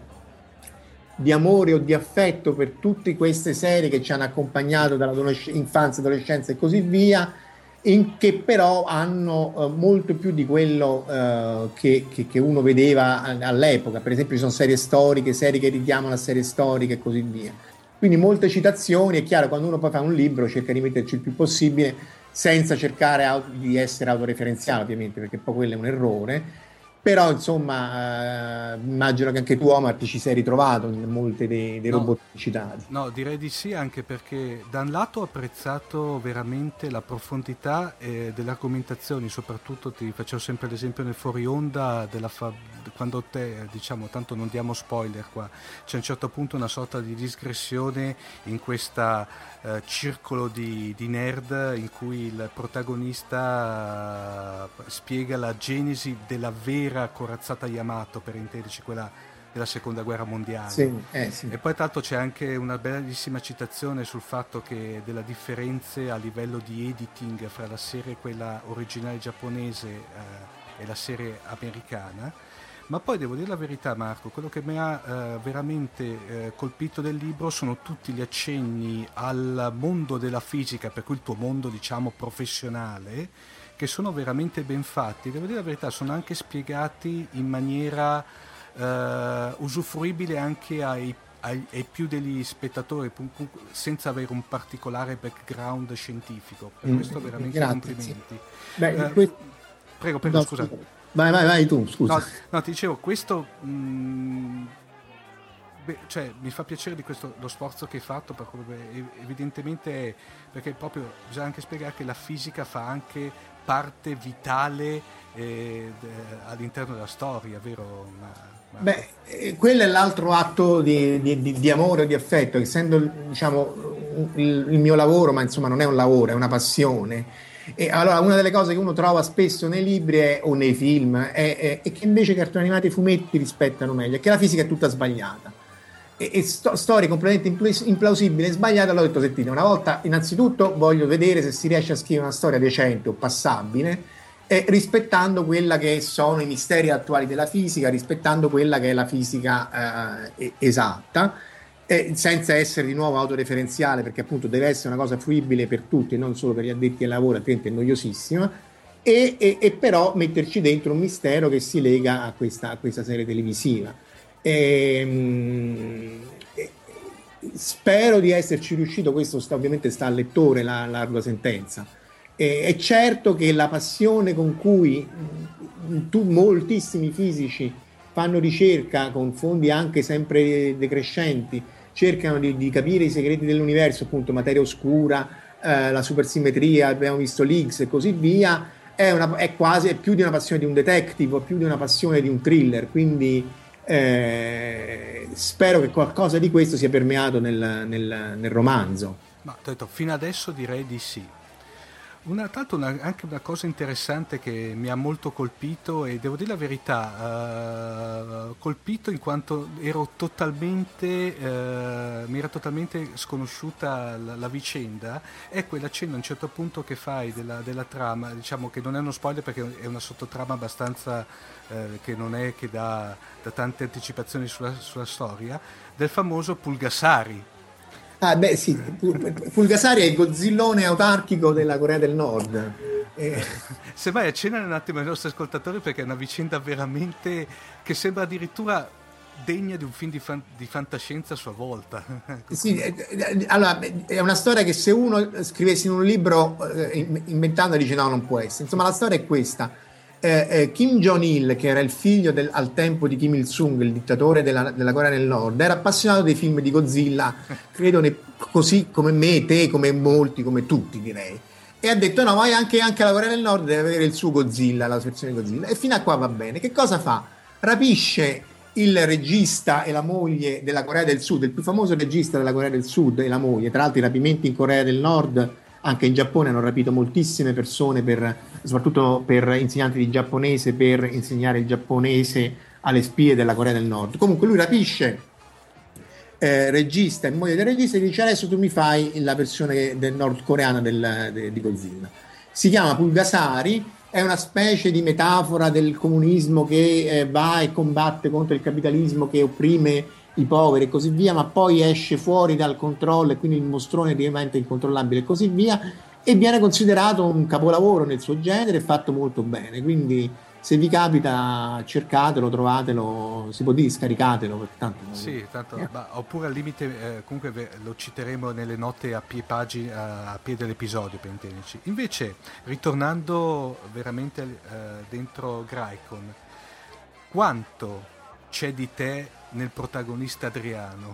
di amore o di affetto per tutte queste serie che ci hanno accompagnato dall'infanzia, adolescenza e così via, che però hanno molto più di quello che uno vedeva all'epoca. Per esempio ci sono serie storiche, serie che richiamano a serie storiche e così via. Quindi molte citazioni. È chiaro, quando uno poi fa un libro cerca di metterci il più possibile, senza cercare di essere autoreferenziale, ovviamente, perché poi quello è un errore. Però insomma immagino che anche tu, Omar, ti ci sei ritrovato in molte dei robot citati. No, direi di sì, anche perché da un lato ho apprezzato veramente la profondità delle argomentazioni, soprattutto ti facevo sempre l'esempio nel fuori onda quando te, diciamo, tanto non diamo spoiler qua, c'è a un certo punto una sorta di digressione in questa circolo di nerd in cui il protagonista spiega la genesi della vera corazzata Yamato, per intenderci quella della seconda guerra mondiale. Sì. E poi tra l'altro c'è anche una bellissima citazione sul fatto che della differenze a livello di editing fra la serie quella originale giapponese e la serie americana. Ma poi devo dire la verità, Marco, quello che mi ha veramente colpito del libro sono tutti gli accenni al mondo della fisica, per cui il tuo mondo, diciamo, professionale, che sono veramente ben fatti. Devo dire la verità, sono anche spiegati in maniera usufruibile anche ai più degli spettatori, senza avere un particolare background scientifico. Per questo veramente complimenti. Prego, no, scusa. Vai tu, scusa. No, ti dicevo, questo cioè, mi fa piacere di questo lo sforzo che hai fatto, evidentemente, perché proprio bisogna anche spiegare che la fisica fa anche parte vitale all'interno della storia, vero? Quello è l'altro atto di amore o di affetto, essendo, diciamo, il mio lavoro, ma insomma non è un lavoro, è una passione. E allora una delle cose che uno trova spesso nei libri o nei film è che invece i cartoni animati e i fumetti rispettano meglio, è che la fisica è tutta sbagliata. Storie completamente implausibili e sbagliate. Allora ho detto, sentite, una volta innanzitutto voglio vedere se si riesce a scrivere una storia decente o passabile, rispettando quella che sono i misteri attuali della fisica, rispettando quella che è la fisica esatta, senza essere di nuovo autoreferenziale, perché appunto deve essere una cosa fruibile per tutti e non solo per gli addetti ai lavori, altrimenti è noiosissima, e però metterci dentro un mistero che si lega a questa serie televisiva. Spero di esserci riuscito. Questo ovviamente sta al lettore l'ardua sentenza. È certo che la passione con cui moltissimi fisici fanno ricerca, con fondi anche sempre decrescenti, cercano di capire i segreti dell'universo, appunto materia oscura, la supersimmetria, abbiamo visto l'Higgs e così via, è più di una passione di un detective o più di una passione di un thriller, quindi spero che qualcosa di questo sia permeato nel romanzo. Ma ho detto, fino adesso direi di sì. Anche una cosa interessante che mi ha molto colpito, e devo dire la verità, colpito in quanto mi era totalmente sconosciuta la vicenda, è quell'accenno a un certo punto che fai della trama, diciamo che non è uno spoiler perché è una sottotrama abbastanza che non è che dà tante anticipazioni sulla storia, del famoso Pulgasari. Ah, beh, sì, Pulgasari è il Godzillone autarchico della Corea del Nord. Se vai, accennane un attimo ai nostri ascoltatori, perché è una vicenda veramente che sembra addirittura degna di un film di fantascienza a sua volta. Sì, allora è una storia che se uno scrivesse in un libro inventando dice no, non può essere. Insomma, la storia è questa. Kim Jong-il, che era il figlio al tempo di Kim Il-sung, il dittatore della Corea del Nord, era appassionato dei film di Godzilla, credo così come me, te, come molti, come tutti direi, e ha detto no, ma anche la Corea del Nord deve avere il suo Godzilla, la sua versione Godzilla, e fino a qua va bene. Che cosa fa? Rapisce il regista e la moglie della Corea del Sud, il più famoso regista della Corea del Sud e la moglie. Tra l'altro i rapimenti in Corea del Nord, anche in Giappone, hanno rapito moltissime persone, soprattutto per insegnanti di giapponese, per insegnare il giapponese alle spie della Corea del Nord. Comunque lui rapisce regista e moglie del regista e dice adesso tu mi fai la versione nordcoreana di Godzilla. Si chiama Pulgasari, è una specie di metafora del comunismo che va e combatte contro il capitalismo che opprime i poveri e così via, ma poi esce fuori dal controllo e quindi il mostrone diventa incontrollabile e così via, e viene considerato un capolavoro nel suo genere, fatto molto bene. Quindi se vi capita cercatelo, trovatelo, si può dire scaricatelo, tanto, sì, tanto, oppure al limite comunque lo citeremo nelle note a piede dell'episodio, per intenderci. Invece, ritornando veramente dentro Graikon, quanto c'è di te nel protagonista Adriano?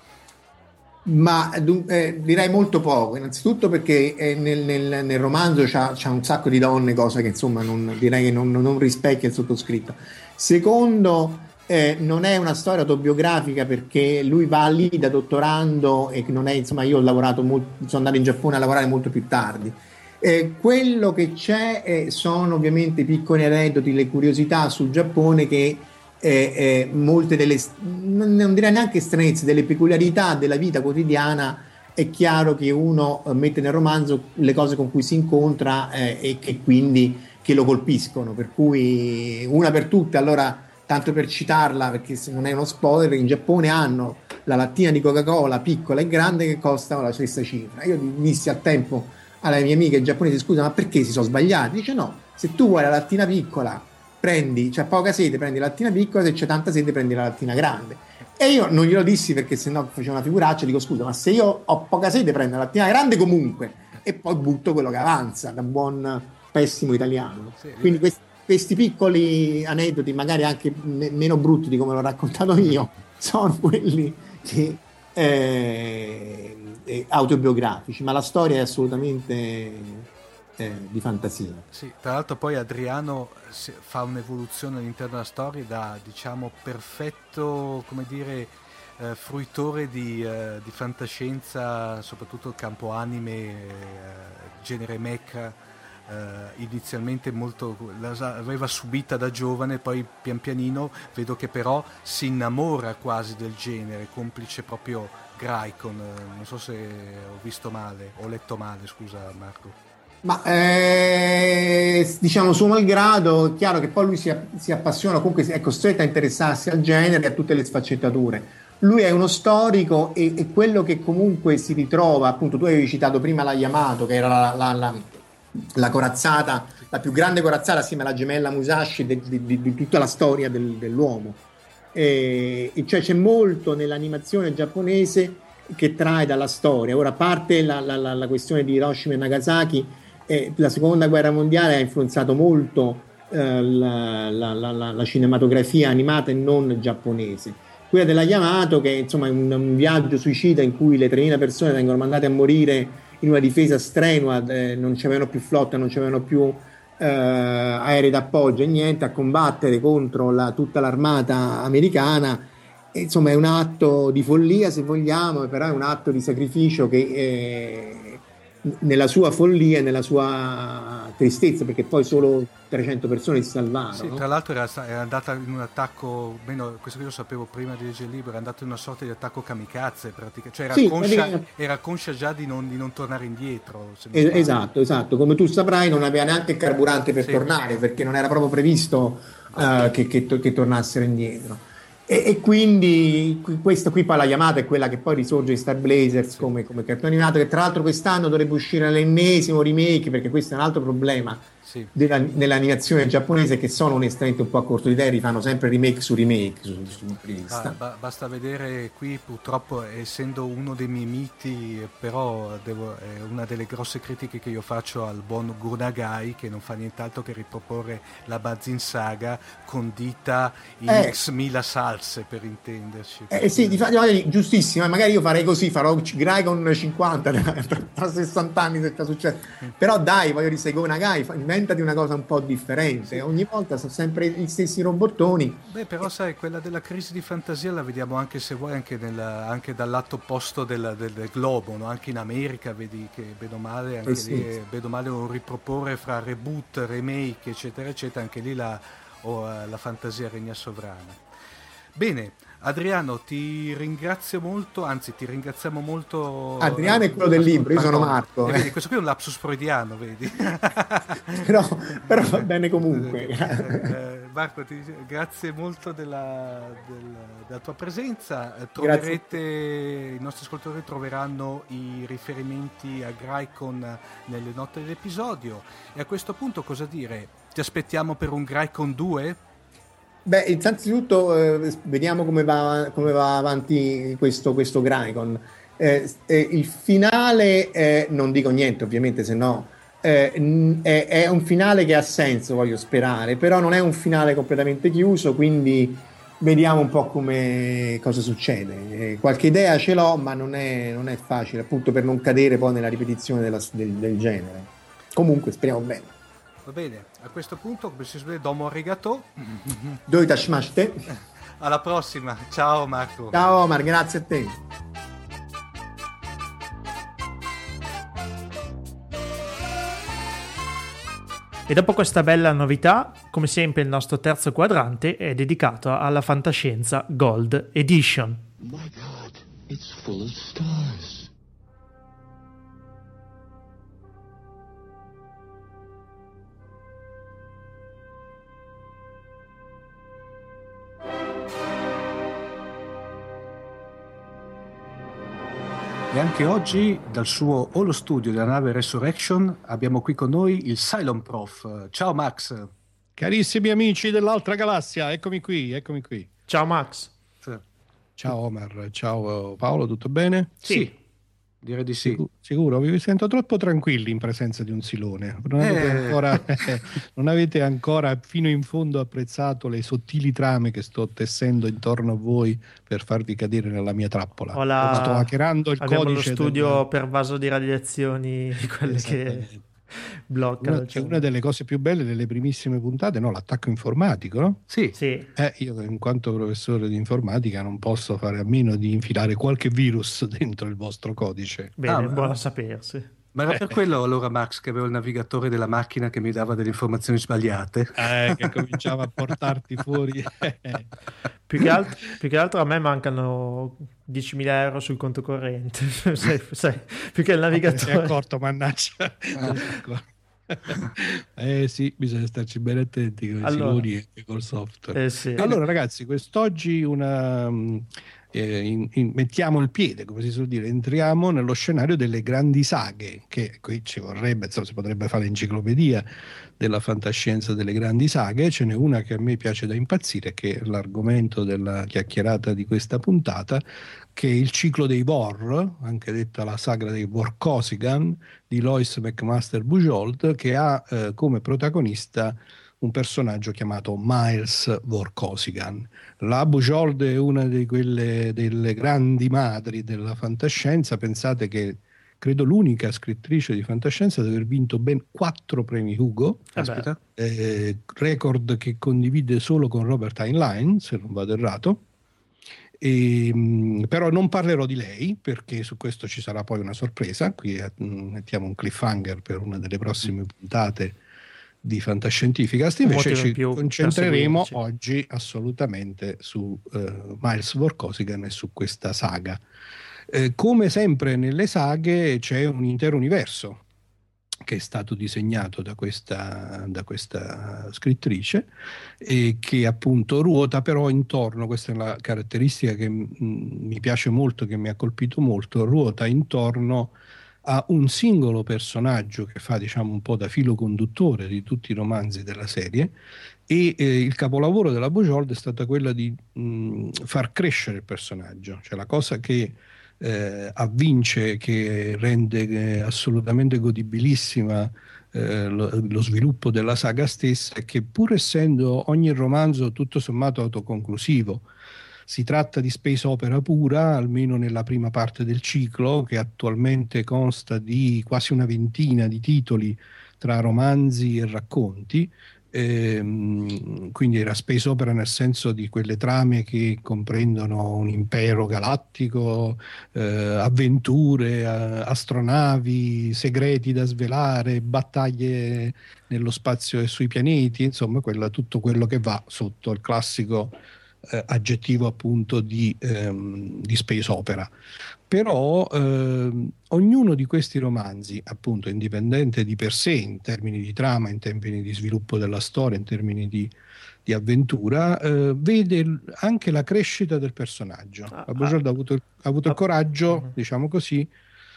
Ma direi molto poco, innanzitutto perché nel romanzo c'ha un sacco di donne, cosa che insomma direi che non rispecchia il sottoscritto. Secondo, non è una storia autobiografica perché lui va lì da dottorando e non è, insomma, io ho lavorato sono andato in Giappone a lavorare molto più tardi. Quello che c'è sono ovviamente i piccoli aneddoti, le curiosità sul Giappone che molte delle, non direi neanche stranezze, delle peculiarità della vita quotidiana, è chiaro che uno mette nel romanzo le cose con cui si incontra e che quindi che lo colpiscono, per cui una per tutte, allora tanto per citarla perché se non è uno spoiler, in Giappone hanno la lattina di Coca-Cola piccola e grande che costano la stessa cifra. Io dissi al tempo alle mie amiche giapponesi, scusa, ma perché si sono sbagliati? Dice no, se tu vuoi la lattina piccola c'è poca sete, prendi la lattina piccola, se c'è tanta sete prendi la lattina grande. E io non glielo dissi perché sennò faceva una figuraccia, dico scusa, ma se io ho poca sete prendo la lattina grande comunque e poi butto quello che avanza, da buon pessimo italiano. Quindi questi piccoli aneddoti, magari anche meno brutti di come l'ho raccontato io, sono quelli che autobiografici, ma la storia è assolutamente di fantasia. Sì, tra l'altro poi Adriano fa un'evoluzione all'interno della storia da, diciamo, perfetto, come dire, fruitore di fantascienza, soprattutto campo anime, genere mecha, inizialmente l'aveva subita da giovane, poi pian pianino vedo che però si innamora quasi del genere, complice proprio Graikon. Non so se ho visto male, ho letto male, scusa Marco. Ma diciamo suo malgrado, è chiaro che poi lui si appassiona, comunque è costretto a interessarsi al genere e a tutte le sfaccettature. Lui è uno storico e quello che comunque si ritrova, appunto tu avevi citato prima la Yamato, che era la corazzata, la più grande corazzata assieme alla gemella Musashi di tutta la storia dell'uomo. E cioè c'è molto nell'animazione giapponese che trae dalla storia. Ora, a parte la questione di Hiroshima e Nagasaki, la seconda guerra mondiale ha influenzato molto la cinematografia animata e non giapponese. Quella della Yamato, che insomma è un viaggio suicida in cui le 3.000 persone vengono mandate a morire in una difesa strenua, non c'avevano più flotta, non c'avevano più aerei d'appoggio e niente, a combattere contro tutta l'armata americana. E, insomma, è un atto di follia, se vogliamo, però è un atto di sacrificio che nella sua follia e nella sua tristezza, perché poi solo 300 persone si salvarono. Sì, tra l'altro era andata in un attacco, meno, questo che io sapevo prima di leggere il libro, era andato in una sorta di attacco kamikaze, cioè era conscia già di non tornare indietro. Esatto, come tu saprai non aveva neanche il carburante per tornare, perché non era proprio previsto che tornassero indietro. E quindi questa qui poi la Yamato è quella che poi risorge in Star Blazers come cartone animato, che tra l'altro quest'anno dovrebbe uscire l'ennesimo remake, perché questo è un altro problema dell'animazione giapponese, che sono onestamente un po' a corto di idee, rifanno sempre remake su remake basta vedere qui, purtroppo, essendo uno dei miei miti, però è una delle grosse critiche che io faccio al buon Gunagai, che non fa nient'altro che riproporre la Bazin Saga condita in x mila salse, per intenderci. Sì, giustissimo, magari io farei così, farò Graikon 50 tra 60 anni se sta successo, però dai, voglio dire, sei Gunagai, inventati una cosa un po' differente. Ogni volta sono sempre gli stessi robottoni. Beh, però sai, quella della crisi di fantasia la vediamo anche, se vuoi, anche dal lato opposto del globo, no? Anche in America vedi che bene o male bene o male un riproporre fra reboot, remake, eccetera eccetera, anche lì la fantasia regna sovrana. Bene, Adriano, ti ringrazio molto, anzi ti ringraziamo molto. Adriano è quello del libro, io sono Marco. Vedi, questo qui è un lapsus freudiano, vedi? però va bene comunque. Marco, grazie molto della tua presenza. I nostri ascoltatori troveranno i riferimenti a Graikon nelle note dell'episodio. E a questo punto cosa dire? Ti aspettiamo per un Graikon 2? Beh, innanzitutto vediamo come va avanti questo Graikon. Il finale, non dico niente ovviamente, se no è un finale che ha senso, voglio sperare, però non è un finale completamente chiuso, quindi vediamo un po' cosa succede. Qualche idea ce l'ho, ma non è facile, appunto, per non cadere poi nella ripetizione del genere. Comunque speriamo bene. Va bene, a questo punto, come si suol domo arigato. Doitashimashite. Alla prossima, ciao Marco. Ciao Omar, grazie a te. E dopo questa bella novità, come sempre il nostro terzo quadrante è dedicato alla fantascienza Gold Edition. My God, it's full of stars. E anche oggi, dal suo Holo Studio della nave Resurrection, abbiamo qui con noi il Cylon Prof. Ciao Max. Carissimi amici dell'altra galassia, eccomi qui. Ciao Max. Ciao Omar, ciao Paolo, tutto bene? Sì. Direi di sì. Sicuro? Vi sento troppo tranquilli in presenza di un silone. Non avete ancora fino in fondo apprezzato le sottili trame che sto tessendo intorno a voi per farvi cadere nella mia trappola. Sto hackerando il abbiamo codice. Abbiamo lo studio per vaso di radiazioni, quelle che bloccano. È una delle cose più belle delle primissime puntate, no? L'attacco informatico, no? Sì. Io in quanto professore di informatica non posso fare a meno di infilare qualche virus dentro il vostro codice. Bene, buono sapersi. Ma era per quello allora, Max, che avevo il navigatore della macchina che mi dava delle informazioni sbagliate. Che cominciava a portarti fuori. Più che altro a me mancano 10.000 euro sul conto corrente. Sai, più che il Si è navigatore. accorto, mannaggia. Sì, bisogna starci bene attenti con i siloni e col software. Sì. Allora, ragazzi, quest'oggi mettiamo il piede, come si suol dire, entriamo nello scenario delle grandi saghe, che qui ci vorrebbe, insomma, si potrebbe fare l'enciclopedia della fantascienza delle grandi saghe. Ce n'è una che a me piace da impazzire, che è l'argomento della chiacchierata di questa puntata, che è il ciclo dei Vor, anche detta la saga dei Vorkosigan, di Lois McMaster Bujold, che ha come protagonista un personaggio chiamato Miles Vorkosigan. La Bujold è una di quelle delle grandi madri della fantascienza. Pensate che credo l'unica scrittrice di fantascienza ad aver vinto ben 4 premi Hugo, Aspetta. record che condivide solo con Robert Heinlein, se non vado errato. Però non parlerò di lei, perché su questo ci sarà poi una sorpresa. Qui mettiamo un cliffhanger per una delle prossime puntate di Fantascientificast. Invece ci concentreremo oggi assolutamente su Miles Vorkosigan e su questa saga. Come sempre nelle saghe c'è un intero universo che è stato disegnato da questa scrittrice e che appunto ruota però intorno, questa è la caratteristica che mi piace molto, che mi ha colpito molto, ruota intorno a un singolo personaggio che fa, diciamo, un po' da filo conduttore di tutti i romanzi della serie. E il capolavoro della Bujold è stata quella di far crescere il personaggio, cioè la cosa che avvince, che rende assolutamente godibilissima lo sviluppo della saga stessa, è che pur essendo ogni romanzo tutto sommato autoconclusivo, si tratta di space opera pura, almeno nella prima parte del ciclo, che attualmente consta di quasi una ventina di titoli tra romanzi e racconti. Quindi era space opera nel senso di quelle trame che comprendono un impero galattico, avventure, astronavi, segreti da svelare, battaglie nello spazio e sui pianeti, insomma tutto quello che va sotto il classico aggettivo appunto di space opera. Però ognuno di questi romanzi, appunto indipendente di per sé in termini di trama, in termini di sviluppo della storia, in termini di avventura, vede anche la crescita del personaggio. La Bujold ha avuto il coraggio, diciamo così,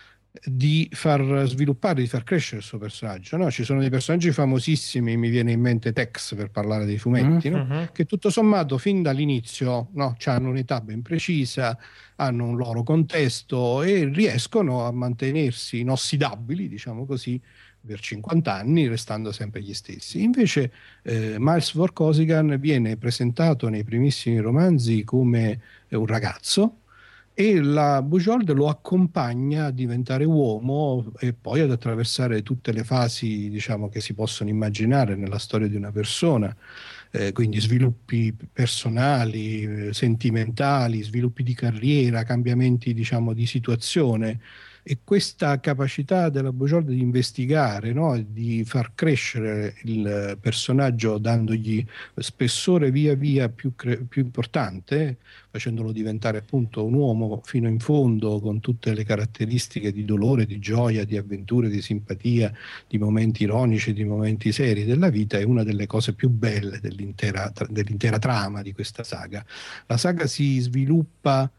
di far sviluppare, di far crescere il suo personaggio. No? Ci sono dei personaggi famosissimi, mi viene in mente Tex per parlare dei fumetti, no? Che tutto sommato fin dall'inizio hanno un'età ben precisa, hanno un loro contesto e riescono a mantenersi inossidabili, diciamo così, per 50 anni, restando sempre gli stessi. Invece Miles Vorkosigan viene presentato nei primissimi romanzi come un ragazzo, e la Bujold lo accompagna a diventare uomo e poi ad attraversare tutte le fasi, diciamo, che si possono immaginare nella storia di una persona, quindi sviluppi personali, sentimentali, sviluppi di carriera, cambiamenti, diciamo, di situazione. E questa capacità della Bujold di investigare, no? Di far crescere il personaggio dandogli spessore via via più importante, facendolo diventare appunto un uomo fino in fondo, con tutte le caratteristiche di dolore, di gioia, di avventure, di simpatia, di momenti ironici, di momenti seri della vita, è una delle cose più belle dell'intera trama di questa saga. La saga si sviluppa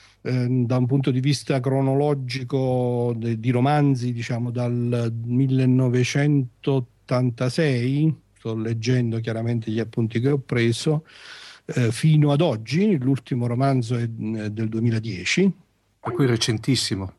da un punto di vista cronologico di romanzi, diciamo dal 1986, sto leggendo chiaramente gli appunti che ho preso, fino ad oggi. L'ultimo romanzo è del 2010. Per cui recentissimo.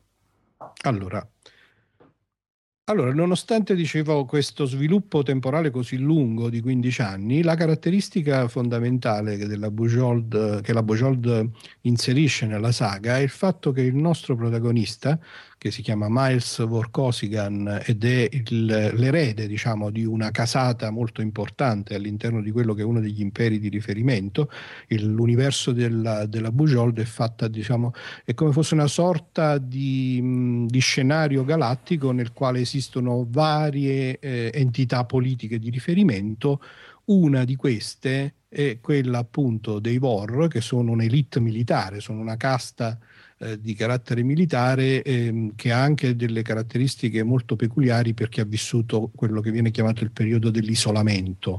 Allora, nonostante, dicevo, questo sviluppo temporale così lungo di 15 anni, la caratteristica fondamentale che la Bujold inserisce nella saga è il fatto che il nostro protagonista, che si chiama Miles Vorkosigan ed è l'erede, diciamo, di una casata molto importante all'interno di quello che è uno degli imperi di riferimento. L'universo della Bujold è fatta, diciamo, è come fosse una sorta di scenario galattico nel quale esistono varie entità politiche di riferimento. Una di queste è quella appunto dei Vor, che sono un'elite militare, sono una casta di carattere militare che ha anche delle caratteristiche molto peculiari perché ha vissuto quello che viene chiamato il periodo dell'isolamento.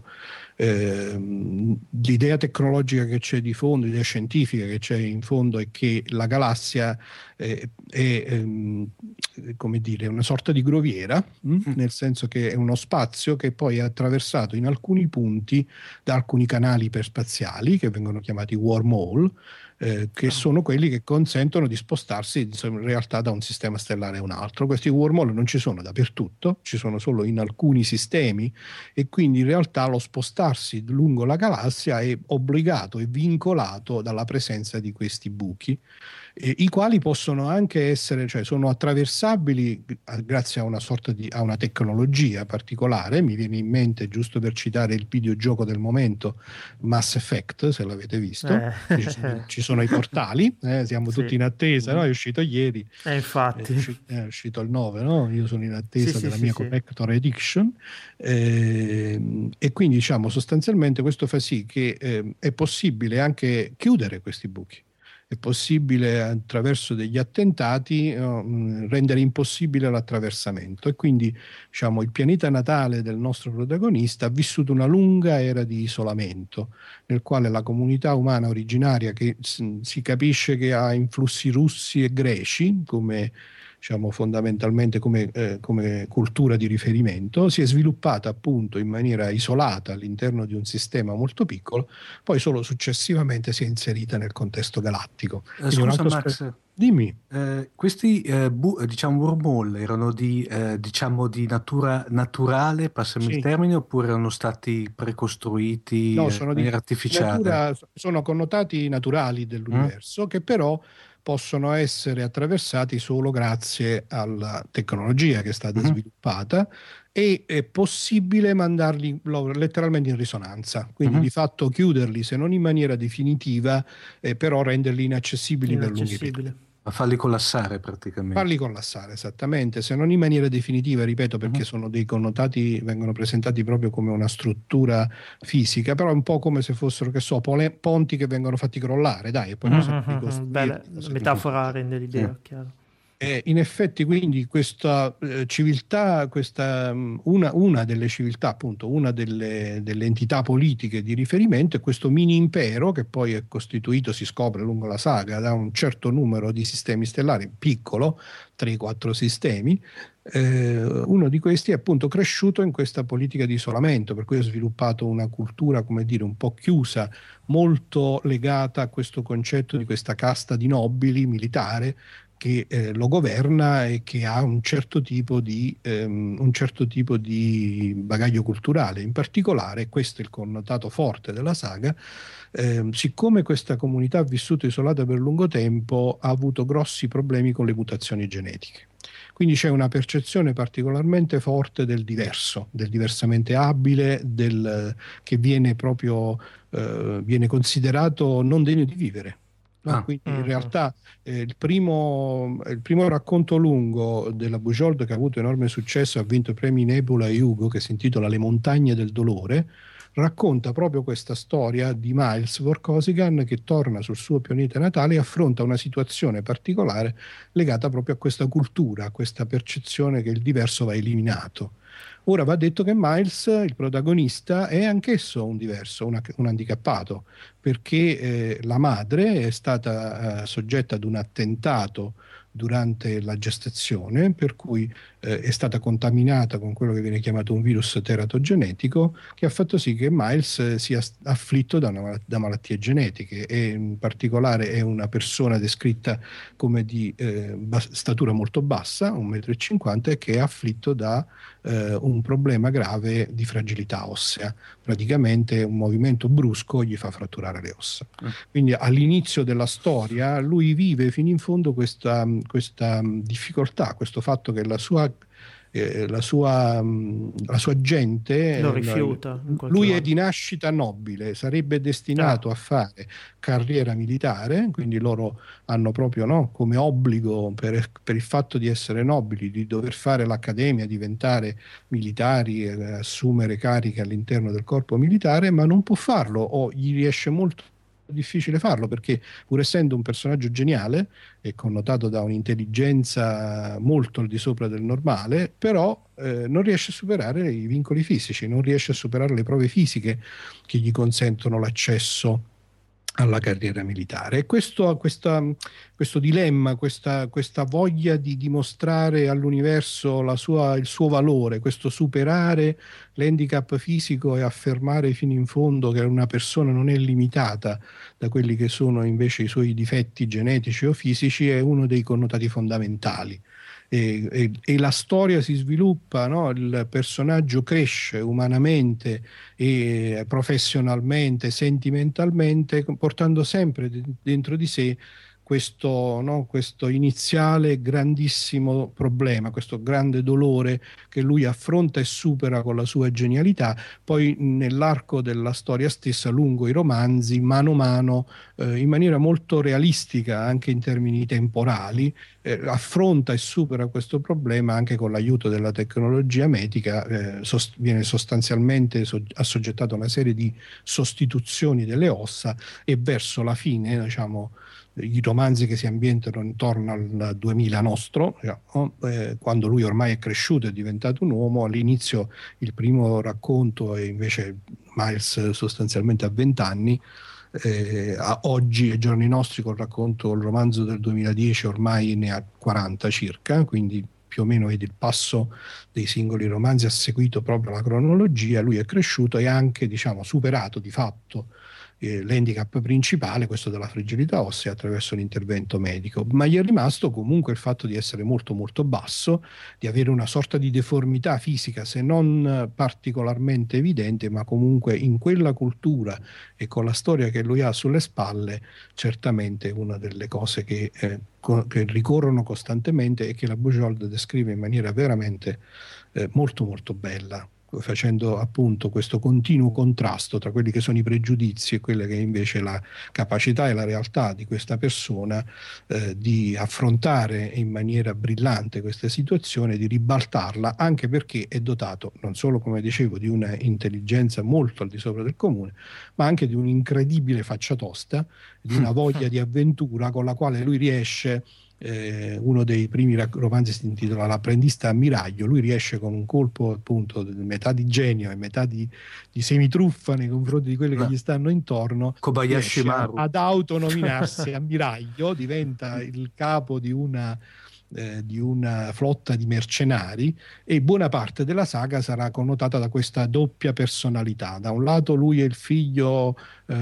L'idea tecnologica che c'è di fondo, l'idea scientifica che c'è in fondo è che la galassia è come dire, una sorta di groviera, nel senso che è uno spazio che poi è attraversato in alcuni punti da alcuni canali iperspaziali che vengono chiamati wormhole, che sono quelli che consentono di spostarsi in realtà da un sistema stellare a un altro. Questi wormhole non ci sono dappertutto, ci sono solo in alcuni sistemi e quindi in realtà lo spostarsi lungo la galassia è obbligato e vincolato dalla presenza di questi buchi, i quali possono anche essere, cioè sono attraversabili grazie a una sorta a una tecnologia particolare. Mi viene in mente, giusto per citare il videogioco del momento, Mass Effect, se l'avete visto, ci sono i portali, siamo tutti in attesa, no? È uscito ieri, infatti è uscito il 9, no? Io sono in attesa della mia Collector Edition, e quindi diciamo sostanzialmente questo fa sì che è possibile anche chiudere questi buchi. È possibile attraverso degli attentati rendere impossibile l'attraversamento, e quindi diciamo il pianeta natale del nostro protagonista ha vissuto una lunga era di isolamento nel quale la comunità umana originaria, che si capisce che ha influssi russi e greci come diciamo fondamentalmente come cultura di riferimento, si è sviluppata appunto in maniera isolata all'interno di un sistema molto piccolo, poi solo successivamente si è inserita nel contesto galattico. Scusa Max, dimmi. Questi diciamo wormhole erano diciamo di natura naturale, passami il termine, oppure erano stati precostruiti in maniera artificiale? Sono connotati naturali dell'universo che però possono essere attraversati solo grazie alla tecnologia che è stata sviluppata, e è possibile mandarli letteralmente in risonanza, quindi di fatto chiuderli, se non in maniera definitiva, però renderli inaccessibili per lunghi periodi. A farli collassare praticamente. Farli collassare, esattamente, se non in maniera definitiva, ripeto, perché sono dei connotati, vengono presentati proprio come una struttura fisica, però è un po' come se fossero, che so, ponti che vengono fatti crollare, dai, e poi bella metafora rende l'idea, chiaro. In effetti quindi questa civiltà, una delle civiltà, appunto, una delle entità politiche di riferimento è questo mini impero che poi è costituito, si scopre lungo la saga, da un certo numero di sistemi stellari, piccolo, 3-4 sistemi. Uno di questi è appunto cresciuto in questa politica di isolamento, per cui ha sviluppato una cultura, come dire, un po' chiusa, molto legata a questo concetto di questa casta di nobili militare che lo governa e che ha un certo tipo di bagaglio culturale. In particolare, questo è il connotato forte della saga, siccome questa comunità ha vissuto isolata per lungo tempo, ha avuto grossi problemi con le mutazioni genetiche. Quindi c'è una percezione particolarmente forte del diverso, del diversamente abile, che viene proprio viene considerato non degno di vivere. No? Quindi in realtà il primo racconto lungo della Bujold, che ha avuto enorme successo, ha vinto i premi Nebula e Hugo, che si intitola Le montagne del dolore, racconta proprio questa storia di Miles Vorkosigan che torna sul suo pianeta natale e affronta una situazione particolare legata proprio a questa cultura, a questa percezione che il diverso va eliminato. Ora va detto che Miles, il protagonista, è anch'esso un diverso, un handicappato, perché la madre è stata soggetta ad un attentato durante la gestazione, per cui è stata contaminata con quello che viene chiamato un virus teratogenetico, che ha fatto sì che Miles sia afflitto da malattie genetiche, e in particolare è una persona descritta come di statura molto bassa, 1,50 m, e che è afflitto da un problema grave di fragilità ossea. Praticamente un movimento brusco gli fa fratturare le ossa. Quindi all'inizio della storia lui vive fino in fondo questa difficoltà, questo fatto che la sua gente lo rifiuta in qualche lui modo. è di nascita nobile, sarebbe destinato a fare carriera militare, quindi loro hanno proprio, no, come obbligo per il fatto di essere nobili, di dover fare l'accademia, diventare militari, assumere cariche all'interno del corpo militare, ma non può farlo, o gli riesce molto difficile farlo, perché pur essendo un personaggio geniale e connotato da un'intelligenza molto al di sopra del normale, però non riesce a superare i vincoli fisici, non riesce a superare le prove fisiche che gli consentono l'accesso alla carriera militare. E questo dilemma, questa voglia di dimostrare all'universo il suo valore, questo superare l'handicap fisico e affermare fino in fondo che una persona non è limitata da quelli che sono invece i suoi difetti genetici o fisici, è uno dei connotati fondamentali. E la storia si sviluppa, no? Il personaggio cresce umanamente e professionalmente, sentimentalmente, portando sempre dentro di sé questo iniziale grandissimo problema, questo grande dolore che lui affronta e supera con la sua genialità. Poi nell'arco della storia stessa, lungo i romanzi, mano a mano, in maniera molto realistica anche in termini temporali, affronta e supera questo problema anche con l'aiuto della tecnologia medica. Viene sostanzialmente assoggettato a una serie di sostituzioni delle ossa, e verso la fine, diciamo, i romanzi che si ambientano intorno al 2000 nostro, quando lui ormai è cresciuto, è diventato un uomo. All'inizio il primo racconto è invece Miles sostanzialmente a 20 anni, a oggi, ai giorni nostri, col romanzo del 2010 ormai ne ha 40 circa, quindi più o meno vedi il passo dei singoli romanzi, ha seguito proprio la cronologia. Lui è cresciuto e ha anche, diciamo, superato di fatto l'handicap principale, questo della fragilità ossea, attraverso l'intervento medico, ma gli è rimasto comunque il fatto di essere molto molto basso, di avere una sorta di deformità fisica, se non particolarmente evidente, ma comunque in quella cultura e con la storia che lui ha sulle spalle, certamente una delle cose che ricorrono costantemente, e che la Bujold descrive in maniera veramente molto molto bella, facendo appunto questo continuo contrasto tra quelli che sono i pregiudizi e quelle che è invece la capacità e la realtà di questa persona di affrontare in maniera brillante questa situazione, di ribaltarla, anche perché è dotato non solo, come dicevo, di una intelligenza molto al di sopra del comune, ma anche di un'incredibile faccia tosta, di una voglia di avventura con la quale lui riesce. Uno dei primi romanzi si intitola L'apprendista ammiraglio. Lui riesce con un colpo appunto metà di genio e metà di semitruffa nei confronti di quelli che gli stanno intorno, Kobayashi Maru, ad autonominarsi ammiraglio, diventa il capo di una flotta di mercenari, e buona parte della saga sarà connotata da questa doppia personalità. Da un lato lui è il figlio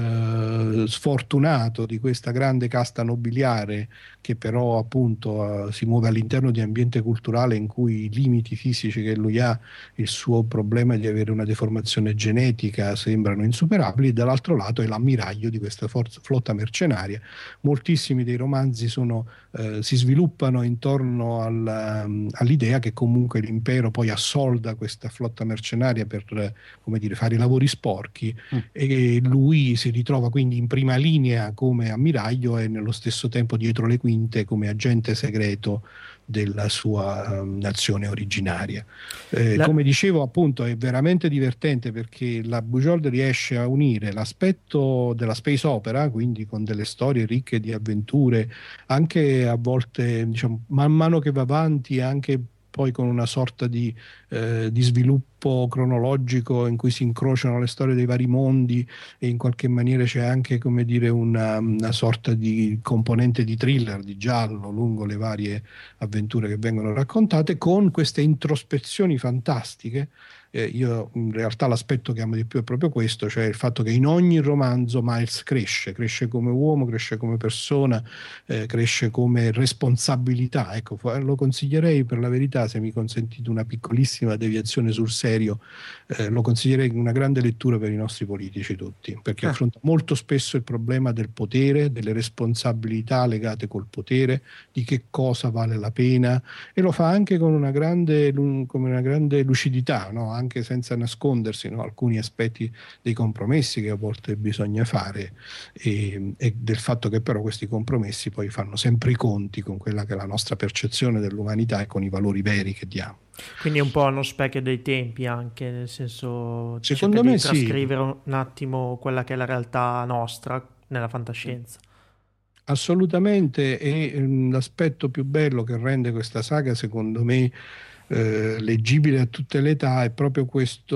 sfortunato di questa grande casta nobiliare, che però appunto si muove all'interno di un ambiente culturale in cui i limiti fisici che lui ha, il suo problema di avere una deformazione genetica, sembrano insuperabili. Dall'altro lato è l'ammiraglio di questa flotta mercenaria. Moltissimi dei romanzi si sviluppano intorno all'idea che comunque l'impero poi assolda questa flotta mercenaria per, come dire, fare i lavori sporchi, e lui si ritrova quindi in prima linea come ammiraglio e nello stesso tempo dietro le quinte come agente segreto della sua nazione originaria. Come dicevo, appunto, è veramente divertente perché la Bujold riesce a unire l'aspetto della space opera, quindi con delle storie ricche di avventure, anche a volte, diciamo, man mano che va avanti, anche poi con una sorta di sviluppo cronologico in cui si incrociano le storie dei vari mondi e in qualche maniera c'è anche, come dire, una sorta di componente di thriller, di giallo lungo le varie avventure che vengono raccontate, con queste introspezioni fantastiche. Io in realtà l'aspetto che amo di più è proprio questo, cioè il fatto che in ogni romanzo Miles cresce come uomo, cresce come persona, cresce come responsabilità. Ecco, lo consiglierei, per la verità, se mi consentite una piccolissima deviazione sul serio, lo consiglierei una grande lettura per i nostri politici tutti, perché affronta molto spesso il problema del potere, delle responsabilità legate col potere, di che cosa vale la pena, e lo fa anche con una grande lucidità, no? Anche senza nascondersi, no? Alcuni aspetti dei compromessi che a volte bisogna fare, e del fatto che però questi compromessi poi fanno sempre i conti con quella che è la nostra percezione dell'umanità e con i valori veri che diamo. Quindi è un po' uno specchio dei tempi, anche nel senso, secondo cerca me di trascrivere un attimo quella che è la realtà nostra nella fantascienza. Assolutamente, e l'aspetto più bello che rende questa saga, secondo me, leggibile a tutte le età, è proprio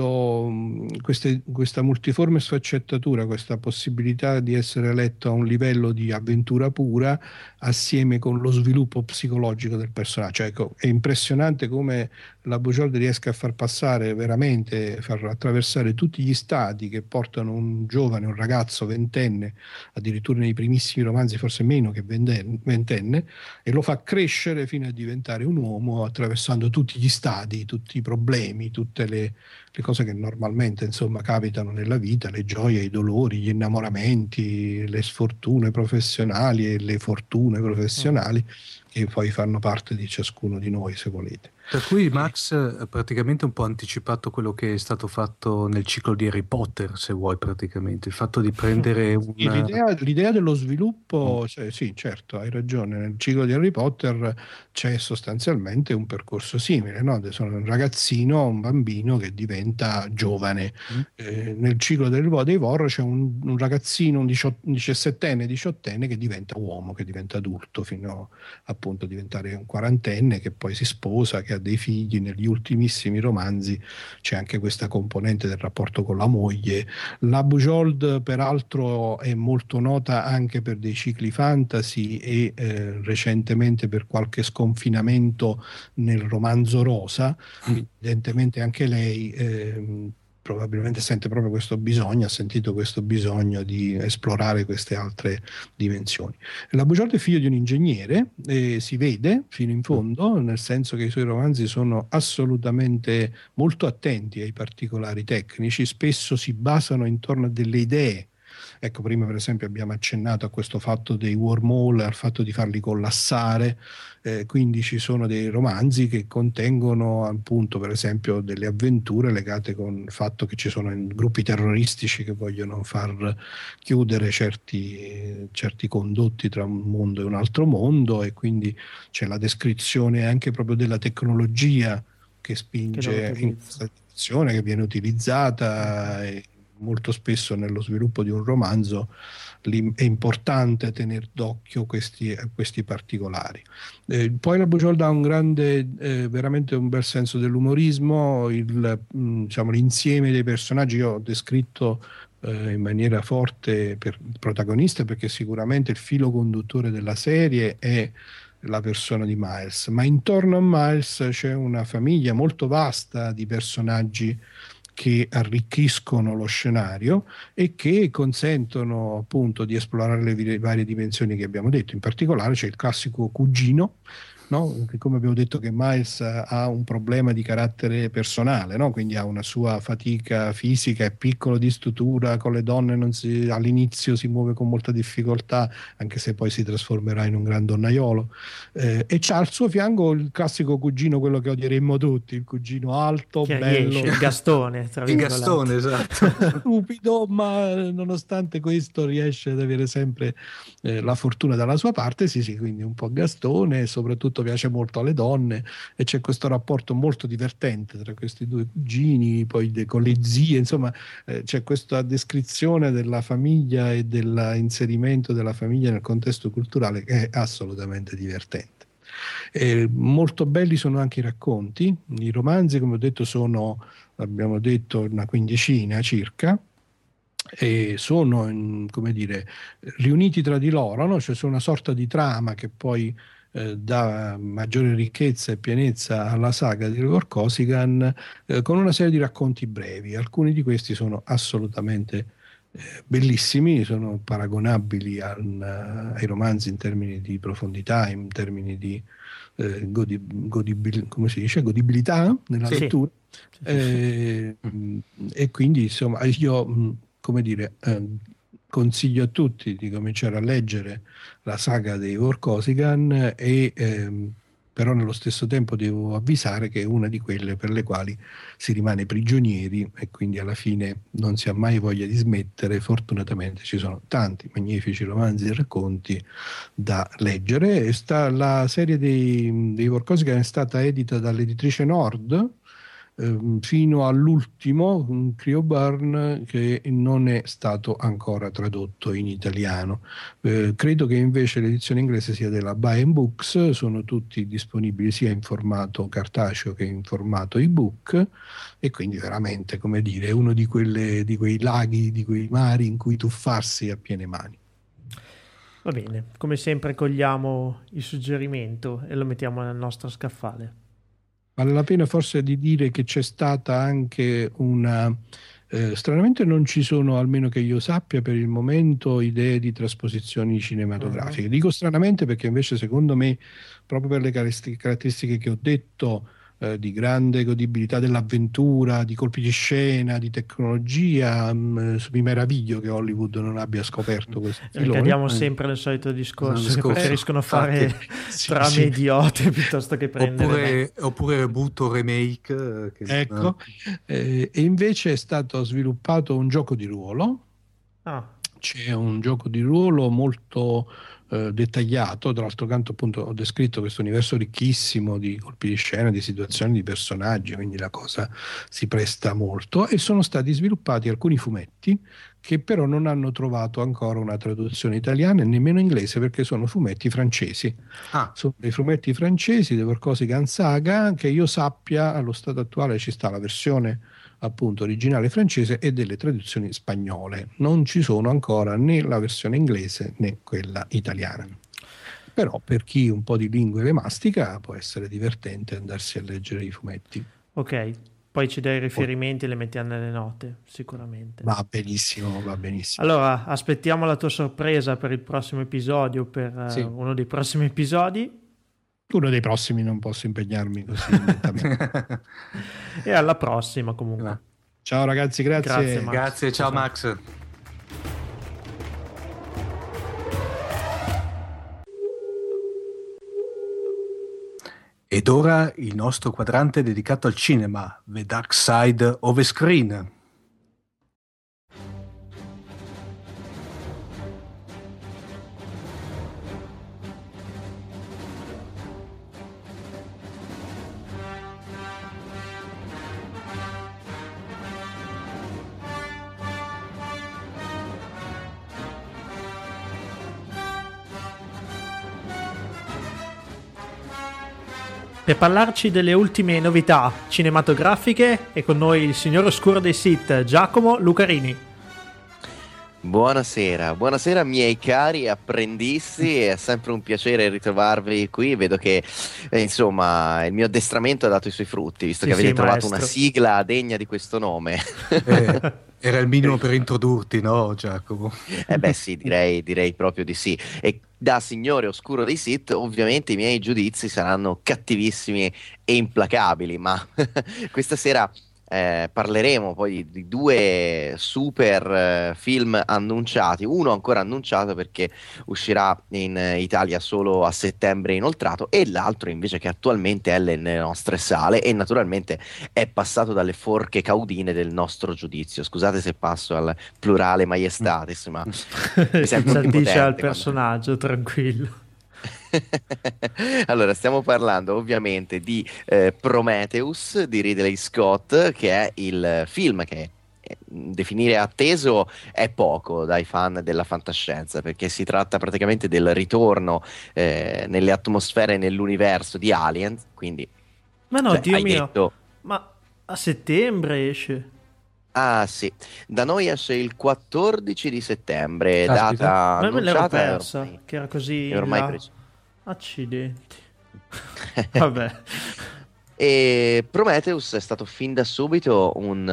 questa multiforme sfaccettatura, questa possibilità di essere letto a un livello di avventura pura assieme con lo sviluppo psicologico del personaggio. Cioè, ecco, è impressionante come la Bujold riesca a far passare veramente, far attraversare tutti gli stadi che portano un giovane, un ragazzo ventenne, addirittura nei primissimi romanzi forse meno che ventenne, e lo fa crescere fino a diventare un uomo attraversando tutti gli stadi, tutti i problemi, tutte le cose che normalmente, insomma, capitano nella vita, le gioie, i dolori, gli innamoramenti, le sfortune professionali e le fortune professionali che poi fanno parte di ciascuno di noi, se volete. Per cui Max ha praticamente un po' anticipato quello che è stato fatto nel ciclo di Harry Potter, se vuoi, praticamente. Il fatto di prendere l'idea dello sviluppo, cioè, sì, certo, hai ragione. Nel ciclo di Harry Potter c'è sostanzialmente un percorso simile, no? Sono un ragazzino, un bambino che diventa giovane. Nel ciclo dei Vor c'è un ragazzino, un 17enne, 18enne che diventa uomo, che diventa adulto, fino appunto a diventare un quarantenne, che poi si sposa, che ha dei figli. Negli ultimissimi romanzi c'è anche questa componente del rapporto con la moglie. La Bujold peraltro è molto nota anche per dei cicli fantasy e recentemente per qualche sconfinamento nel romanzo rosa. Evidentemente anche lei probabilmente sente proprio questo bisogno, ha sentito questo bisogno di esplorare queste altre dimensioni. La Bujold è figlio di un ingegnere e si vede fino in fondo, nel senso che i suoi romanzi sono assolutamente molto attenti ai particolari tecnici, spesso si basano intorno a delle idee. Ecco, prima per esempio abbiamo accennato a questo fatto dei wormhole, al fatto di farli collassare, quindi ci sono dei romanzi che contengono appunto per esempio delle avventure legate con il fatto che ci sono gruppi terroristici che vogliono far chiudere certi condotti tra un mondo e un altro mondo, e quindi c'è la descrizione anche proprio della tecnologia che spinge in questa direzione, che viene utilizzata, e molto spesso nello sviluppo di un romanzo è importante tenere d'occhio questi particolari. Poi la Bujold ha un grande, veramente un bel senso dell'umorismo, diciamo, l'insieme dei personaggi. Io ho descritto in maniera forte per il protagonista, perché sicuramente il filo conduttore della serie è la persona di Miles, ma intorno a Miles c'è una famiglia molto vasta di personaggi che arricchiscono lo scenario e che consentono appunto di esplorare le varie dimensioni che abbiamo detto. In particolare c'è il classico cugino, no? Che, come abbiamo detto, che Miles ha un problema di carattere personale, no? Quindi ha una sua fatica fisica, è piccolo di statura, con le donne all'inizio si muove con molta difficoltà, anche se poi si trasformerà in un gran donnaiolo, e c'ha al suo fianco il classico cugino, quello che odieremmo tutti, il cugino alto, che bello, il Gastone, tra il Gastone, esatto. stupido, ma nonostante questo riesce ad avere sempre la fortuna dalla sua parte. Sì, quindi un po' Gastone, e soprattutto piace molto alle donne, e c'è questo rapporto molto divertente tra questi due cugini, poi con le zie, insomma, c'è questa descrizione della famiglia e dell'inserimento della famiglia nel contesto culturale che è assolutamente divertente. Molto belli sono anche i racconti. I romanzi, come ho detto, abbiamo detto, una quindicina circa, e sono, come dire, riuniti tra di loro, no? Cioè sono una sorta di trama che poi dà maggiore ricchezza e pienezza alla saga di Gregor Kosigan, con una serie di racconti brevi. Alcuni di questi sono assolutamente bellissimi, sono paragonabili ai romanzi in termini di profondità, in termini di come si dice, godibilità nella lettura. E quindi insomma io, come dire, consiglio a tutti di cominciare a leggere la saga dei Vorkosigan, però nello stesso tempo devo avvisare che è una di quelle per le quali si rimane prigionieri e quindi alla fine non si ha mai voglia di smettere. Fortunatamente ci sono tanti magnifici romanzi e racconti da leggere. La serie dei Vorkosigan è stata edita dall'editrice Nord fino all'ultimo, Cryoburn, che non è stato ancora tradotto in italiano. Credo che invece l'edizione inglese sia della Buy and Books, sono tutti disponibili sia in formato cartaceo che in formato ebook, e quindi veramente, come dire, è uno di quei laghi, di quei mari in cui tuffarsi a piene mani. Va bene, come sempre cogliamo il suggerimento e lo mettiamo nel nostro scaffale. Vale la pena forse di dire che c'è stata anche stranamente non ci sono, almeno che io sappia per il momento, idee di trasposizioni cinematografiche. Dico stranamente perché invece secondo me, proprio per le caratteristiche che ho detto, di grande godibilità dell'avventura, di colpi di scena, di tecnologia, mi meraviglio che Hollywood non abbia scoperto questo filone. Ricadiamo sempre nel solito discorso che preferiscono fare trame idiote piuttosto che prendere oppure reboot o remake. Ecco, e invece è stato sviluppato un gioco di ruolo. C'è un gioco di ruolo molto dettagliato. Dall'altro canto, appunto, ho descritto questo universo ricchissimo di colpi di scena, di situazioni, di personaggi, quindi la cosa si presta molto, e sono stati sviluppati alcuni fumetti che però non hanno trovato ancora una traduzione italiana e nemmeno inglese, perché sono fumetti francesi. Sono dei fumetti francesi, The Vorkosigan Saga, che io sappia allo stato attuale ci sta la versione appunto originale francese e delle traduzioni spagnole. Non ci sono ancora né la versione inglese né quella italiana. Però per chi un po' di lingue le mastica può essere divertente andarsi a leggere i fumetti. Ok, poi ci dai i riferimenti e le mettiamo nelle note, sicuramente. Va benissimo, va benissimo. Allora, aspettiamo la tua sorpresa per il prossimo episodio, per uno dei prossimi episodi. Uno dei prossimi, non posso impegnarmi così lentamente. E alla prossima comunque. Ciao ragazzi, grazie. Grazie, ciao Max. Ed ora il nostro quadrante dedicato al cinema, The Dark Side of the Screen. Per parlarci delle ultime novità cinematografiche è con noi il signor oscuro dei Sith, Giacomo Lucarini. Buonasera, buonasera miei cari apprendisti, è sempre un piacere ritrovarvi qui. Vedo che insomma il mio addestramento ha dato i suoi frutti, visto che avete trovato una sigla degna di questo nome. Era il minimo per introdurti, no Giacomo? Beh sì, direi proprio di sì. E da signore oscuro dei Sith ovviamente i miei giudizi saranno cattivissimi e implacabili, ma questa sera parleremo poi di due super film annunciati, uno ancora annunciato perché uscirà in Italia solo a settembre inoltrato, e l'altro invece che attualmente è nelle nostre sale e naturalmente è passato dalle forche caudine del nostro giudizio. Scusate se passo al plurale maiestatis, ma mi sento si addice al personaggio, tranquillo. Allora, stiamo parlando ovviamente di Prometheus di Ridley Scott, che è il film che definire atteso è poco dai fan della fantascienza, perché si tratta praticamente del ritorno nelle atmosfere e nell'universo di Alien, quindi Ma no, cioè, Dio hai mio, detto, ma a settembre esce. ah sì, da noi esce il 14 di settembre, Caspita. data Ma me l'ero annunciata persa, che era così è in ormai là. presa. Accidenti. Vabbè. E Prometheus è stato fin da subito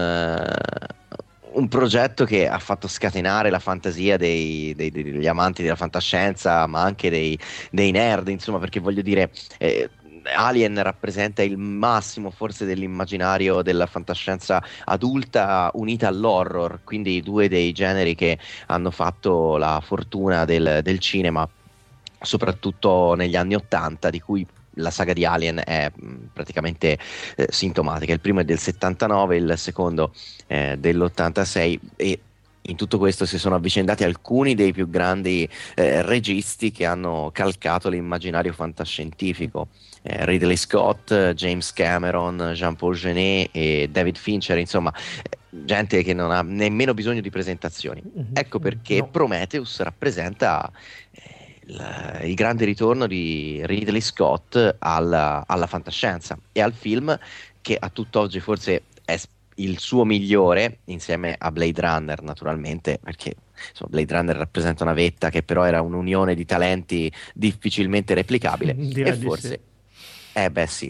un progetto che ha fatto scatenare la fantasia degli amanti della fantascienza, ma anche dei nerd, insomma, perché voglio dire, Alien rappresenta il massimo forse dell'immaginario della fantascienza adulta unita all'horror, quindi due dei generi che hanno fatto la fortuna del cinema, soprattutto negli anni '80, di cui la saga di Alien è praticamente sintomatica. Il primo è del 79, il secondo dell'86, e in tutto questo si sono avvicendati alcuni dei più grandi registi che hanno calcato l'immaginario fantascientifico. Ridley Scott, James Cameron, Jean-Paul Genet e David Fincher, insomma, gente che non ha nemmeno bisogno di presentazioni. Ecco perché No. Prometheus rappresenta il grande ritorno di Ridley Scott alla fantascienza e al film che a tutt'oggi forse è il suo migliore, insieme a Blade Runner naturalmente, perché insomma, Blade Runner rappresenta una vetta che però era un'unione di talenti difficilmente replicabile, Direi e di forse sì. beh sì.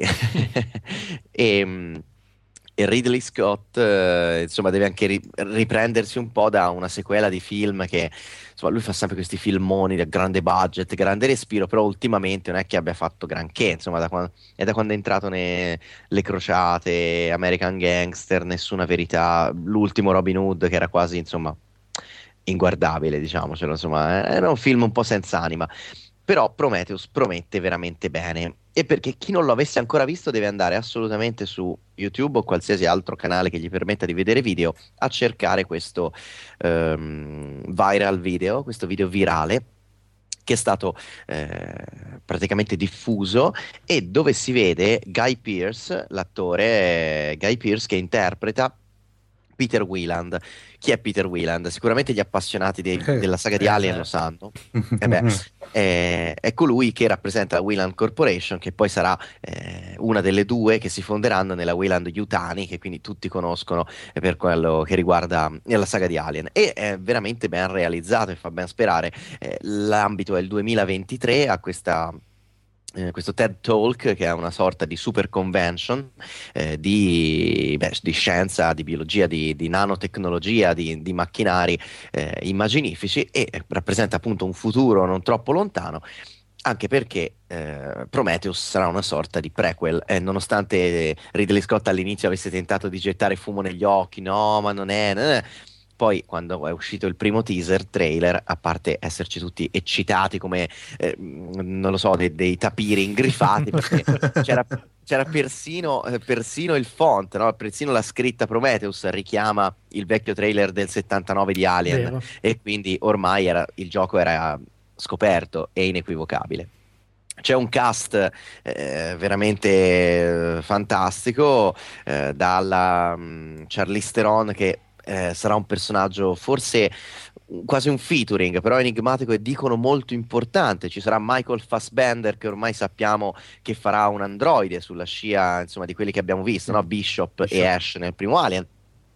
E Ridley Scott, insomma, deve anche riprendersi un po' da una sequela di film che, insomma, lui fa sempre questi filmoni da grande budget, grande respiro, però ultimamente non è che abbia fatto granché, insomma, è da quando è entrato Le Crociate, American Gangster, Nessuna Verità, l'ultimo Robin Hood, che era quasi, insomma, inguardabile, diciamocelo, insomma, era un film un po' senza anima. Però Prometheus promette veramente bene, e perché chi non lo avesse ancora visto deve andare assolutamente su YouTube o qualsiasi altro canale che gli permetta di vedere video a cercare questo viral video, questo video virale che è stato praticamente diffuso, e dove si vede Guy Pearce, l'attore Guy Pearce, che interpreta Peter Wieland. Chi è Peter Wieland? Sicuramente gli appassionati della saga di Alien lo sanno. È colui che rappresenta la Wieland Corporation, che poi sarà una delle due che si fonderanno nella Wieland Yutani, che quindi tutti conoscono per quello che riguarda la saga di Alien. E è veramente ben realizzato e fa ben sperare. L'ambito è il 2023, a questo TED Talk, che è una sorta di super convention di scienza, di biologia, di nanotecnologia, di macchinari immaginifici, e rappresenta appunto un futuro non troppo lontano, anche perché Prometheus sarà una sorta di prequel, nonostante Ridley Scott all'inizio avesse tentato di gettare fumo negli occhi, no, ma non è. Poi, quando è uscito il primo teaser trailer, a parte esserci tutti eccitati come, non lo so, dei tapiri ingrifati, perché c'era persino il font, no? Persino la scritta Prometheus richiama il vecchio trailer del 79 di Alien, Vero. e quindi ormai il gioco era scoperto e inequivocabile. C'è un cast veramente fantastico, dalla Charlize Theron, che sarà un personaggio forse quasi un featuring, però enigmatico e dicono molto importante. Ci sarà Michael Fassbender, che ormai sappiamo che farà un androide sulla scia, insomma, di quelli che abbiamo visto, no? Bishop e Ash nel primo Alien.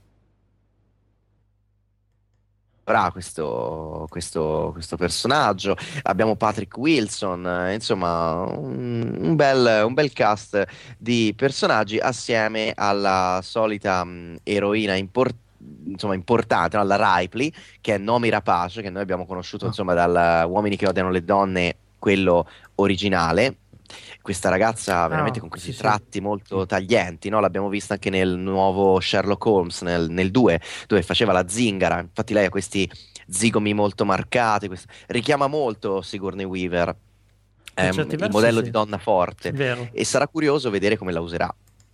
Avrà questo personaggio. Abbiamo Patrick Wilson, insomma, un bel cast di personaggi, assieme alla solita eroina importante, no? La Ripley, che è Noomi Rapace, che noi abbiamo conosciuto insomma dal Uomini che odiano le donne, quello originale. Questa ragazza veramente con questi tratti molto taglienti, no? L'abbiamo vista anche nel nuovo Sherlock Holmes, nel 2, dove faceva la zingara. Infatti lei ha questi zigomi molto marcati, richiama molto Sigourney Weaver, il modello di donna forte. Vero. E sarà curioso vedere come la userà.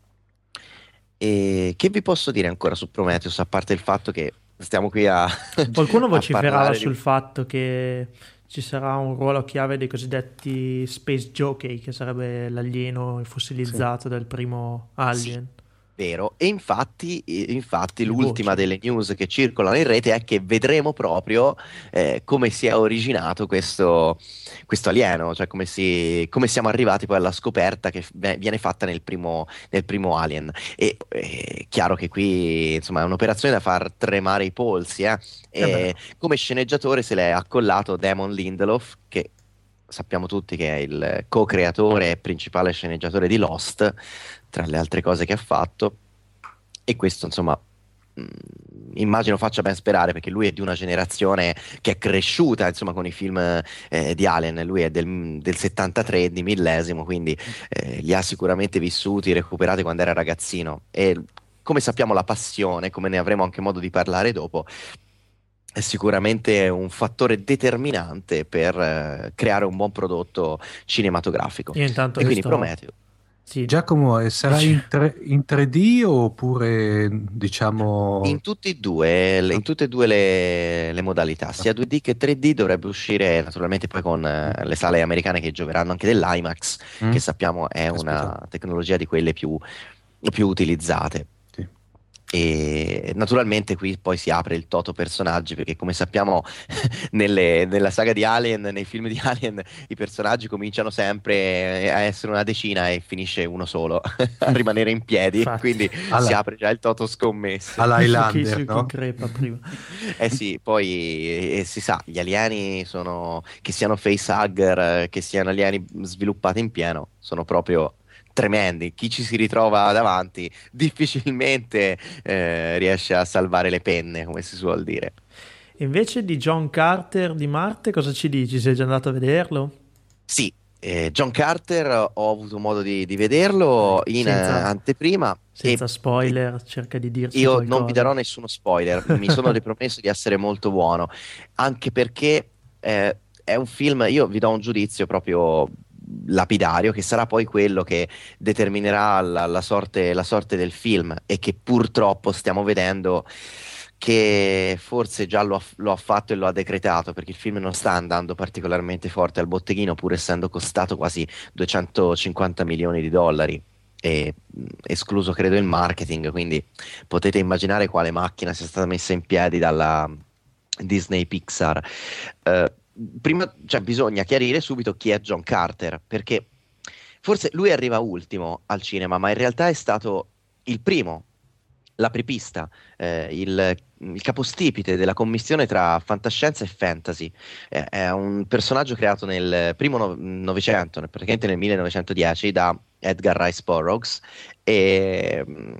E che vi posso dire ancora su Prometheus, a parte il fatto che stiamo qui a qualcuno vociferava parlare sul fatto che ci sarà un ruolo chiave dei cosiddetti Space Jockey, che sarebbe l'alieno fossilizzato del primo Alien. Vero, e infatti l'ultima delle news che circolano in rete è che vedremo proprio come si è originato questo alieno, cioè come siamo arrivati poi alla scoperta che viene fatta nel primo Alien. E è chiaro che qui insomma è un'operazione da far tremare i polsi, e come sceneggiatore se l'è accollato Damon Lindelof, che sappiamo tutti che è il co-creatore e principale sceneggiatore di Lost, tra le altre cose che ha fatto, e questo insomma immagino faccia ben sperare, perché lui è di una generazione che è cresciuta insomma con i film di Alien. Lui è del 73, di millesimo, quindi li ha sicuramente vissuti, recuperati quando era ragazzino, e come sappiamo la passione, come ne avremo anche modo di parlare dopo, è sicuramente un fattore determinante per creare un buon prodotto cinematografico. Io intanto E quindi sto... Prometeo. Sì. Giacomo, sarà in 3D oppure diciamo... In tutte e due le modalità, sia 2D che 3D, dovrebbe uscire naturalmente poi con le sale americane che gioveranno anche dell'IMAX, che sappiamo è una tecnologia di quelle più utilizzate. E naturalmente qui poi si apre il toto personaggi, perché come sappiamo nella saga di Alien, nei film di Alien, i personaggi cominciano sempre a essere una decina e finisce uno solo a rimanere in piedi. Infatti. Quindi si apre già il toto scommesse alla Highlander, no? Crepa prima. Sì, poi si sa, gli alieni sono, che siano facehugger, che siano alieni sviluppati in pieno, sono proprio tremendi. Chi ci si ritrova davanti difficilmente riesce a salvare le penne, come si suol dire. Invece di John Carter di Marte, cosa ci dici? Sei già andato a vederlo? Sì, John Carter ho avuto modo di vederlo in anteprima. Senza spoiler, cerca di dirci io qualcosa. non vi darò nessuno spoiler, mi sono ripromesso di essere molto buono, anche perché è un film, io vi do un giudizio proprio lapidario, che sarà poi quello che determinerà la sorte del film, e che purtroppo stiamo vedendo che forse già lo ha fatto e lo ha decretato, perché il film non sta andando particolarmente forte al botteghino, pur essendo costato quasi 250 milioni di dollari, e escluso credo il marketing, quindi potete immaginare quale macchina sia stata messa in piedi dalla Disney Pixar. Prima, cioè, bisogna chiarire subito chi è John Carter, perché forse lui arriva ultimo al cinema, ma in realtà è stato il primo, l'apripista, il capostipite della commistione tra fantascienza e fantasy. È un personaggio creato nel primo Novecento, praticamente nel 1910, da Edgar Rice Burroughs, e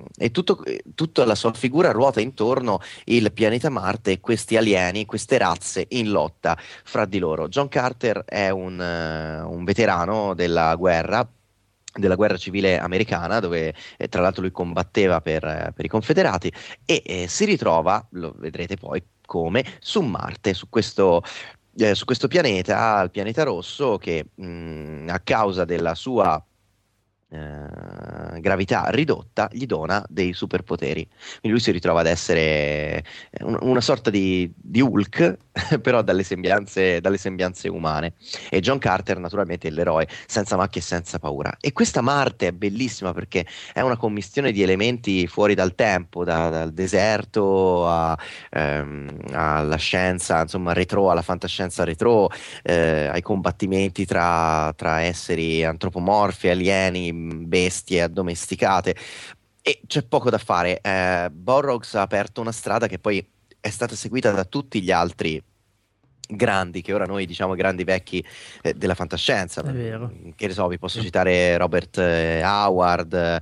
tutta la sua figura ruota intorno il pianeta Marte e questi alieni, queste razze in lotta fra di loro. John Carter è un veterano della guerra civile americana, dove tra l'altro lui combatteva per i Confederati, e si ritrova, lo vedrete poi come, su Marte, su questo pianeta, il pianeta rosso, che a causa della sua gravità ridotta gli dona dei superpoteri. Quindi lui si ritrova ad essere una sorta di Hulk però dalle sembianze umane, e John Carter naturalmente è l'eroe senza macchie e senza paura. E questa Marte è bellissima perché è una commistione di elementi fuori dal tempo, dal deserto alla scienza, insomma retro, alla fantascienza retro, ai combattimenti tra esseri antropomorfi, alieni, bestie addomesticate, e c'è poco da fare. Burroughs ha aperto una strada che poi è stata seguita da tutti gli altri grandi, che ora noi diciamo grandi vecchi della fantascienza. È vero. Che ne so, vi posso citare Robert Howard,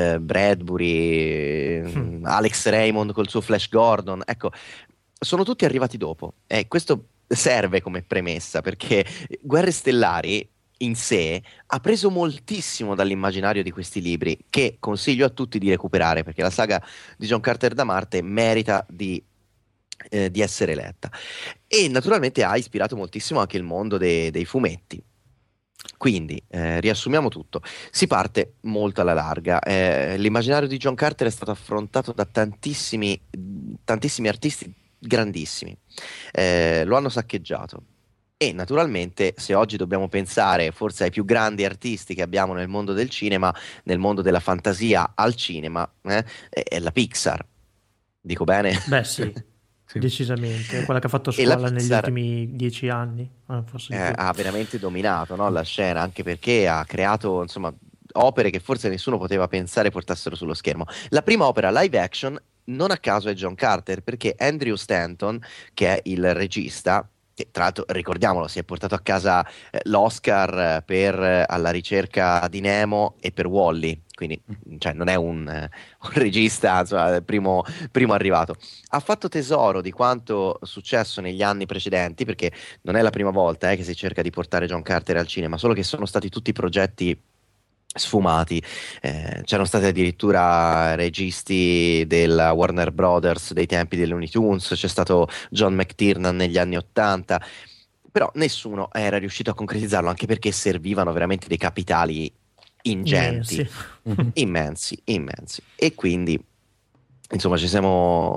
Bradbury, Alex Raymond col suo Flash Gordon. Ecco, sono tutti arrivati dopo, e questo serve come premessa, perché Guerre Stellari in sé ha preso moltissimo dall'immaginario di questi libri, che consiglio a tutti di recuperare, perché la saga di John Carter da Marte merita di essere letta, e naturalmente ha ispirato moltissimo anche il mondo dei fumetti. Quindi riassumiamo tutto, si parte molto alla larga. L'immaginario di John Carter è stato affrontato da tantissimi artisti grandissimi, lo hanno saccheggiato, E naturalmente, se oggi dobbiamo pensare forse ai più grandi artisti che abbiamo nel mondo del cinema, nel mondo della fantasia al cinema, è la Pixar. Dico bene? Beh, sì, Sì. decisamente. È quella che ha fatto E la scuola negli Pixar ultimi 10 anni, forse di più. ha veramente dominato, no, la scena, anche perché ha creato, insomma, opere che forse nessuno poteva pensare portassero sullo schermo. La prima opera live action, non a caso, è John Carter, perché Andrew Stanton, che è il regista, che tra l'altro ricordiamolo, si è portato a casa l'Oscar per Alla ricerca di Nemo e per Wall-E, quindi cioè, non è un regista, insomma, primo arrivato. Ha fatto tesoro di quanto successo negli anni precedenti, perché non è la prima volta che si cerca di portare John Carter al cinema, solo che sono stati tutti progetti sfumati. C'erano stati addirittura registi della Warner Brothers dei tempi dei Looney Tunes, c'è stato John McTiernan negli anni '80, però nessuno era riuscito a concretizzarlo, anche perché servivano veramente dei capitali ingenti, Immensi. immensi, immensi. E quindi insomma, ci siamo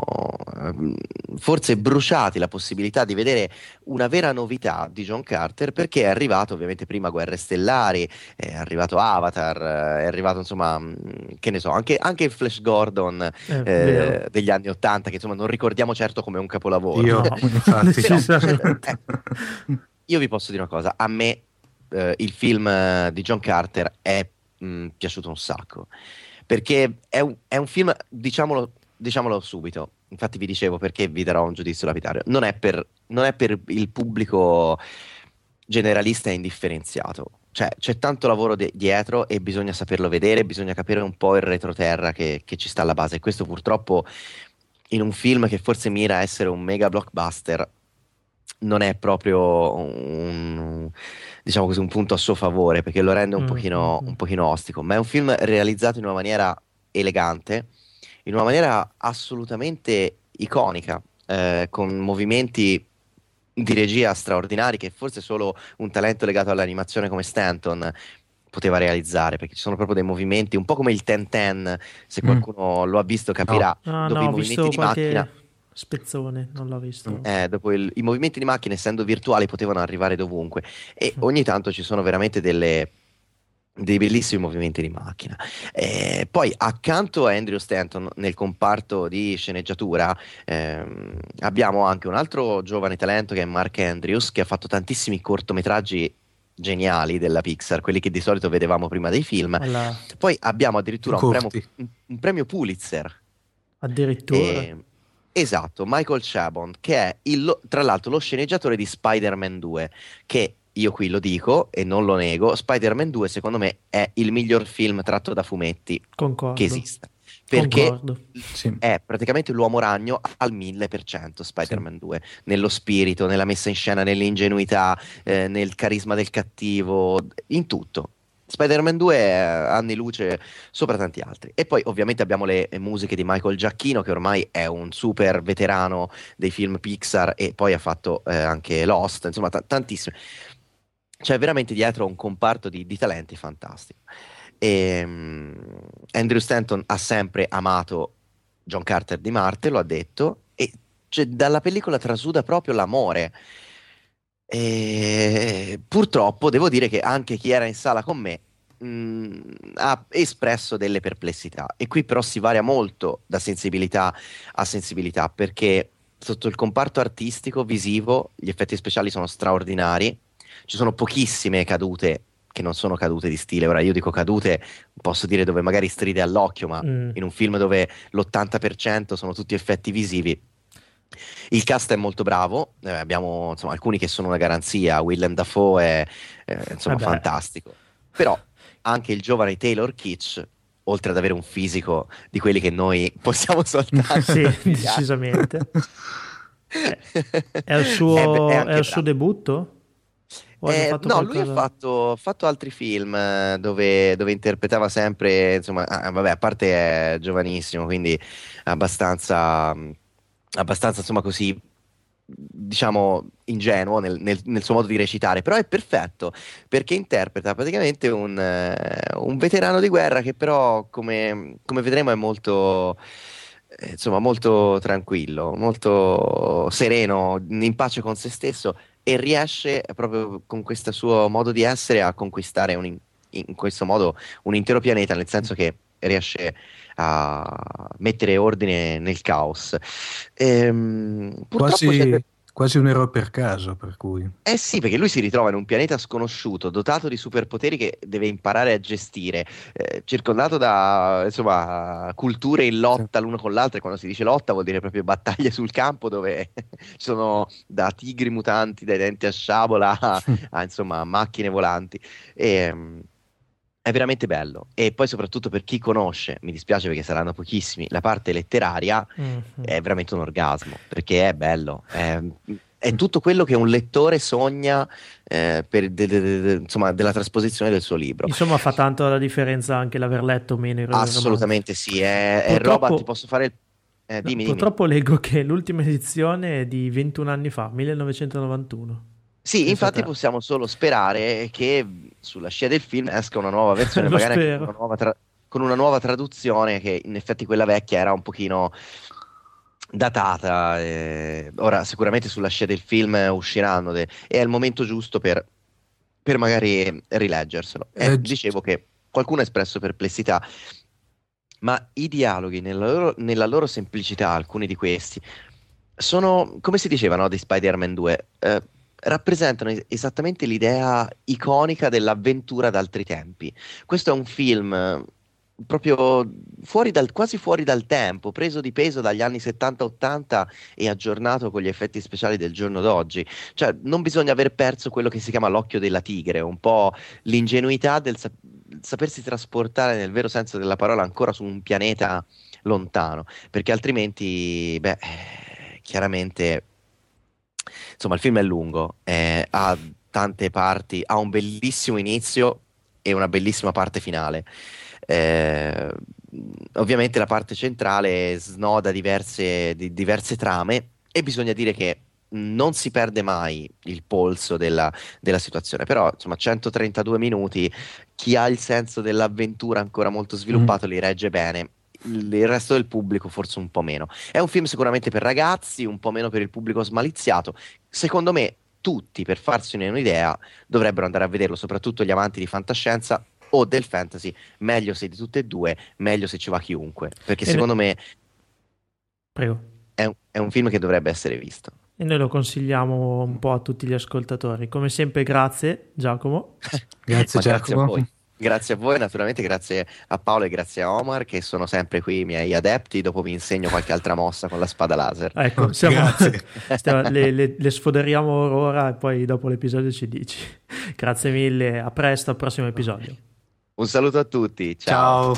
forse bruciati la possibilità di vedere una vera novità di John Carter, perché è arrivato ovviamente prima Guerre Stellari, è arrivato Avatar, è arrivato insomma, che ne so, anche il Flash Gordon Vero. degli anni '80, che insomma non ricordiamo certo come un capolavoro. Io, No, infatti. decisamente. Io vi posso dire una cosa, a me il film di John Carter è piaciuto un sacco, perché è un film, diciamolo subito, infatti vi dicevo perché vi darò un giudizio lapidario, non è per il pubblico generalista e indifferenziato, cioè c'è tanto lavoro dietro e bisogna saperlo vedere, bisogna capire un po' il retroterra che ci sta alla base, e questo purtroppo in un film che forse mira a essere un mega blockbuster non è proprio diciamo così, un punto a suo favore, perché lo rende un Mm, pochino, mm, un pochino ostico, ma è un film realizzato in una maniera elegante, in una maniera assolutamente iconica, con movimenti di regia straordinari che forse solo un talento legato all'animazione come Stanton poteva realizzare, perché ci sono proprio dei movimenti, un po' come il Ten, se qualcuno lo ha visto capirà, Ah, dove no, i ho movimenti visto di macchina qualche spezzone, non l'ho visto. dopo i movimenti di macchina, essendo virtuali, potevano arrivare dovunque. E ogni tanto ci sono veramente dei bellissimi movimenti di macchina. Poi, accanto a Andrew Stanton, nel comparto di sceneggiatura, abbiamo anche un altro giovane talento che è Mark Andrews, che ha fatto tantissimi cortometraggi geniali della Pixar, quelli che di solito vedevamo prima dei film. Alla- Poi abbiamo addirittura Corti. un premio Pulitzer. Addirittura. Eh, esatto, Michael Chabon, che è tra l'altro lo sceneggiatore di Spider-Man 2, che io qui lo dico e non lo nego, Spider-Man 2 secondo me è il miglior film tratto da fumetti che Concordo. esista, perché Concordo. Sì. è praticamente l'uomo ragno al 1000% Spider-Man 2, nello spirito, nella messa in scena, nell'ingenuità, nel carisma del cattivo, in tutto. Spider-Man 2 è anni luce sopra tanti altri. E poi ovviamente abbiamo le musiche di Michael Giacchino, che ormai è un super veterano dei film Pixar e poi ha fatto anche Lost, insomma tantissime. C'è veramente dietro un comparto di talenti fantastico. Andrew Stanton ha sempre amato John Carter di Marte, lo ha detto, e dalla pellicola trasuda proprio l'amore. E purtroppo devo dire che anche chi era in sala con me ha espresso delle perplessità, e qui però si varia molto da sensibilità a sensibilità, perché sotto il comparto artistico visivo gli effetti speciali sono straordinari, ci sono pochissime cadute che non sono cadute di stile. Ora io dico cadute, posso dire dove magari stride all'occhio, ma Mm. in un film dove l'80% sono tutti effetti visivi. Il cast è molto bravo, abbiamo insomma alcuni che sono una garanzia, Willem Dafoe è insomma Vabbè. fantastico, però anche il giovane Taylor Kitsch, oltre ad avere un fisico di quelli che noi possiamo soltanto Sì, invidiare, decisamente. È il è suo, anche è il suo bravo. debutto? O ha già fatto No, lui ha qualcosa? fatto altri film dove interpretava sempre, insomma, vabbè, a parte è giovanissimo, quindi abbastanza, insomma, così, diciamo, ingenuo nel suo modo di recitare, però è perfetto, perché interpreta praticamente un veterano di guerra che però, come vedremo, è molto, insomma, molto tranquillo, molto sereno, in pace con se stesso. e riesce proprio con questo suo modo di essere a conquistare in questo modo un intero pianeta, nel senso che riesce a mettere ordine nel caos. Purtroppo quasi un eroe per caso, per cui... Eh sì, perché lui si ritrova in un pianeta sconosciuto, dotato di superpoteri che deve imparare a gestire, circondato da, insomma, culture in lotta l'uno con l'altro, e quando si dice lotta vuol dire proprio battaglie sul campo dove ci sono da tigri mutanti, dai denti a sciabola, a insomma, macchine volanti. È veramente bello, e poi soprattutto per chi conosce, mi dispiace perché saranno pochissimi, la parte letteraria è veramente un orgasmo, perché è bello, è tutto quello che un lettore sogna insomma, della trasposizione del suo libro. Insomma, fa tanto la differenza anche l'aver letto o meno il Assolutamente sì, è roba, ti posso fare... dimmi. Purtroppo leggo che l'ultima edizione è di 21 anni fa, 1991. Sì, infatti possiamo solo sperare che sulla scia del film esca una nuova versione, magari anche con una nuova traduzione, che in effetti quella vecchia era un pochino datata. Ora sicuramente sulla scia del film usciranno e è il momento giusto per magari rileggerselo. Dicevo che qualcuno ha espresso perplessità, ma i dialoghi nella loro semplicità, alcuni di questi, sono, come si diceva, no, di Spider-Man 2, rappresentano esattamente l'idea iconica dell'avventura d'altri tempi. Questo è un film proprio quasi fuori dal tempo, preso di peso dagli anni 70-80 e aggiornato con gli effetti speciali del giorno d'oggi. Cioè, non bisogna aver perso quello che si chiama l'occhio della tigre, un po' l'ingenuità del sapersi trasportare nel vero senso della parola ancora su un pianeta lontano, perché altrimenti, chiaramente, insomma, il film è lungo, ha tante parti, ha un bellissimo inizio e una bellissima parte finale. Ovviamente la parte centrale snoda diverse trame, e bisogna dire che non si perde mai il polso della situazione, però insomma 132 minuti, chi ha il senso dell'avventura ancora molto sviluppato li regge bene. Il resto del pubblico forse un po' meno. È un film sicuramente per ragazzi, un po' meno per il pubblico smaliziato. Secondo me tutti, per farsene un'idea, dovrebbero andare a vederlo, soprattutto gli amanti di fantascienza o del fantasy. Meglio se di tutte e due, meglio se ci va chiunque, perché secondo me Prego. È un film che dovrebbe essere visto. E noi lo consigliamo un po' a tutti gli ascoltatori. Come sempre, grazie Giacomo. Grazie Giacomo. Grazie a voi. Grazie a voi, naturalmente, grazie a Paolo e grazie a Omar, che sono sempre qui i miei adepti. Dopo vi insegno qualche altra mossa con la spada laser. Ecco, le sfoderiamo ora e poi dopo l'episodio ci dici. Grazie mille, a presto, al prossimo episodio. Un saluto a tutti, ciao.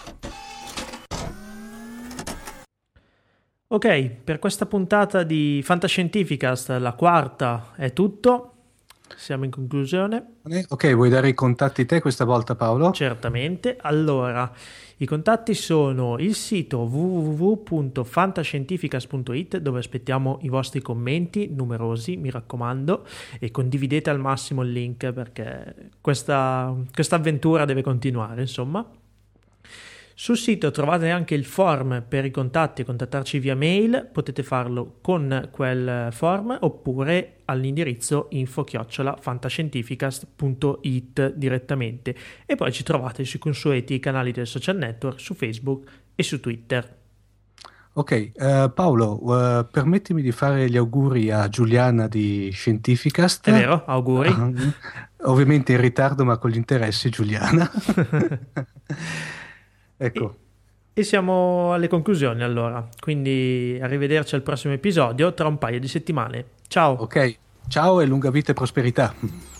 Ok, per questa puntata di Fantascientificast, la quarta, è tutto. Siamo in conclusione. Ok, vuoi dare i contatti te questa volta, Paolo? Certamente. Allora, i contatti sono il sito www.fantascientificast.it, dove aspettiamo i vostri commenti, numerosi, mi raccomando, e condividete al massimo il link, perché questa avventura deve continuare, insomma. Sul sito trovate anche il form per i contatti e contattarci via mail. Potete farlo con quel form oppure all'indirizzo info@fantascientificast.it direttamente, e poi ci trovate sui consueti canali del social network, su Facebook e su Twitter. Ok, Paolo, permettimi di fare gli auguri a Giuliana di Scientificast. È vero, auguri. Ovviamente in ritardo, ma con gli interessi, Giuliana. Ecco. E siamo alle conclusioni, allora. Quindi arrivederci al prossimo episodio tra un paio di settimane. Ciao. Ok, ciao e lunga vita e prosperità.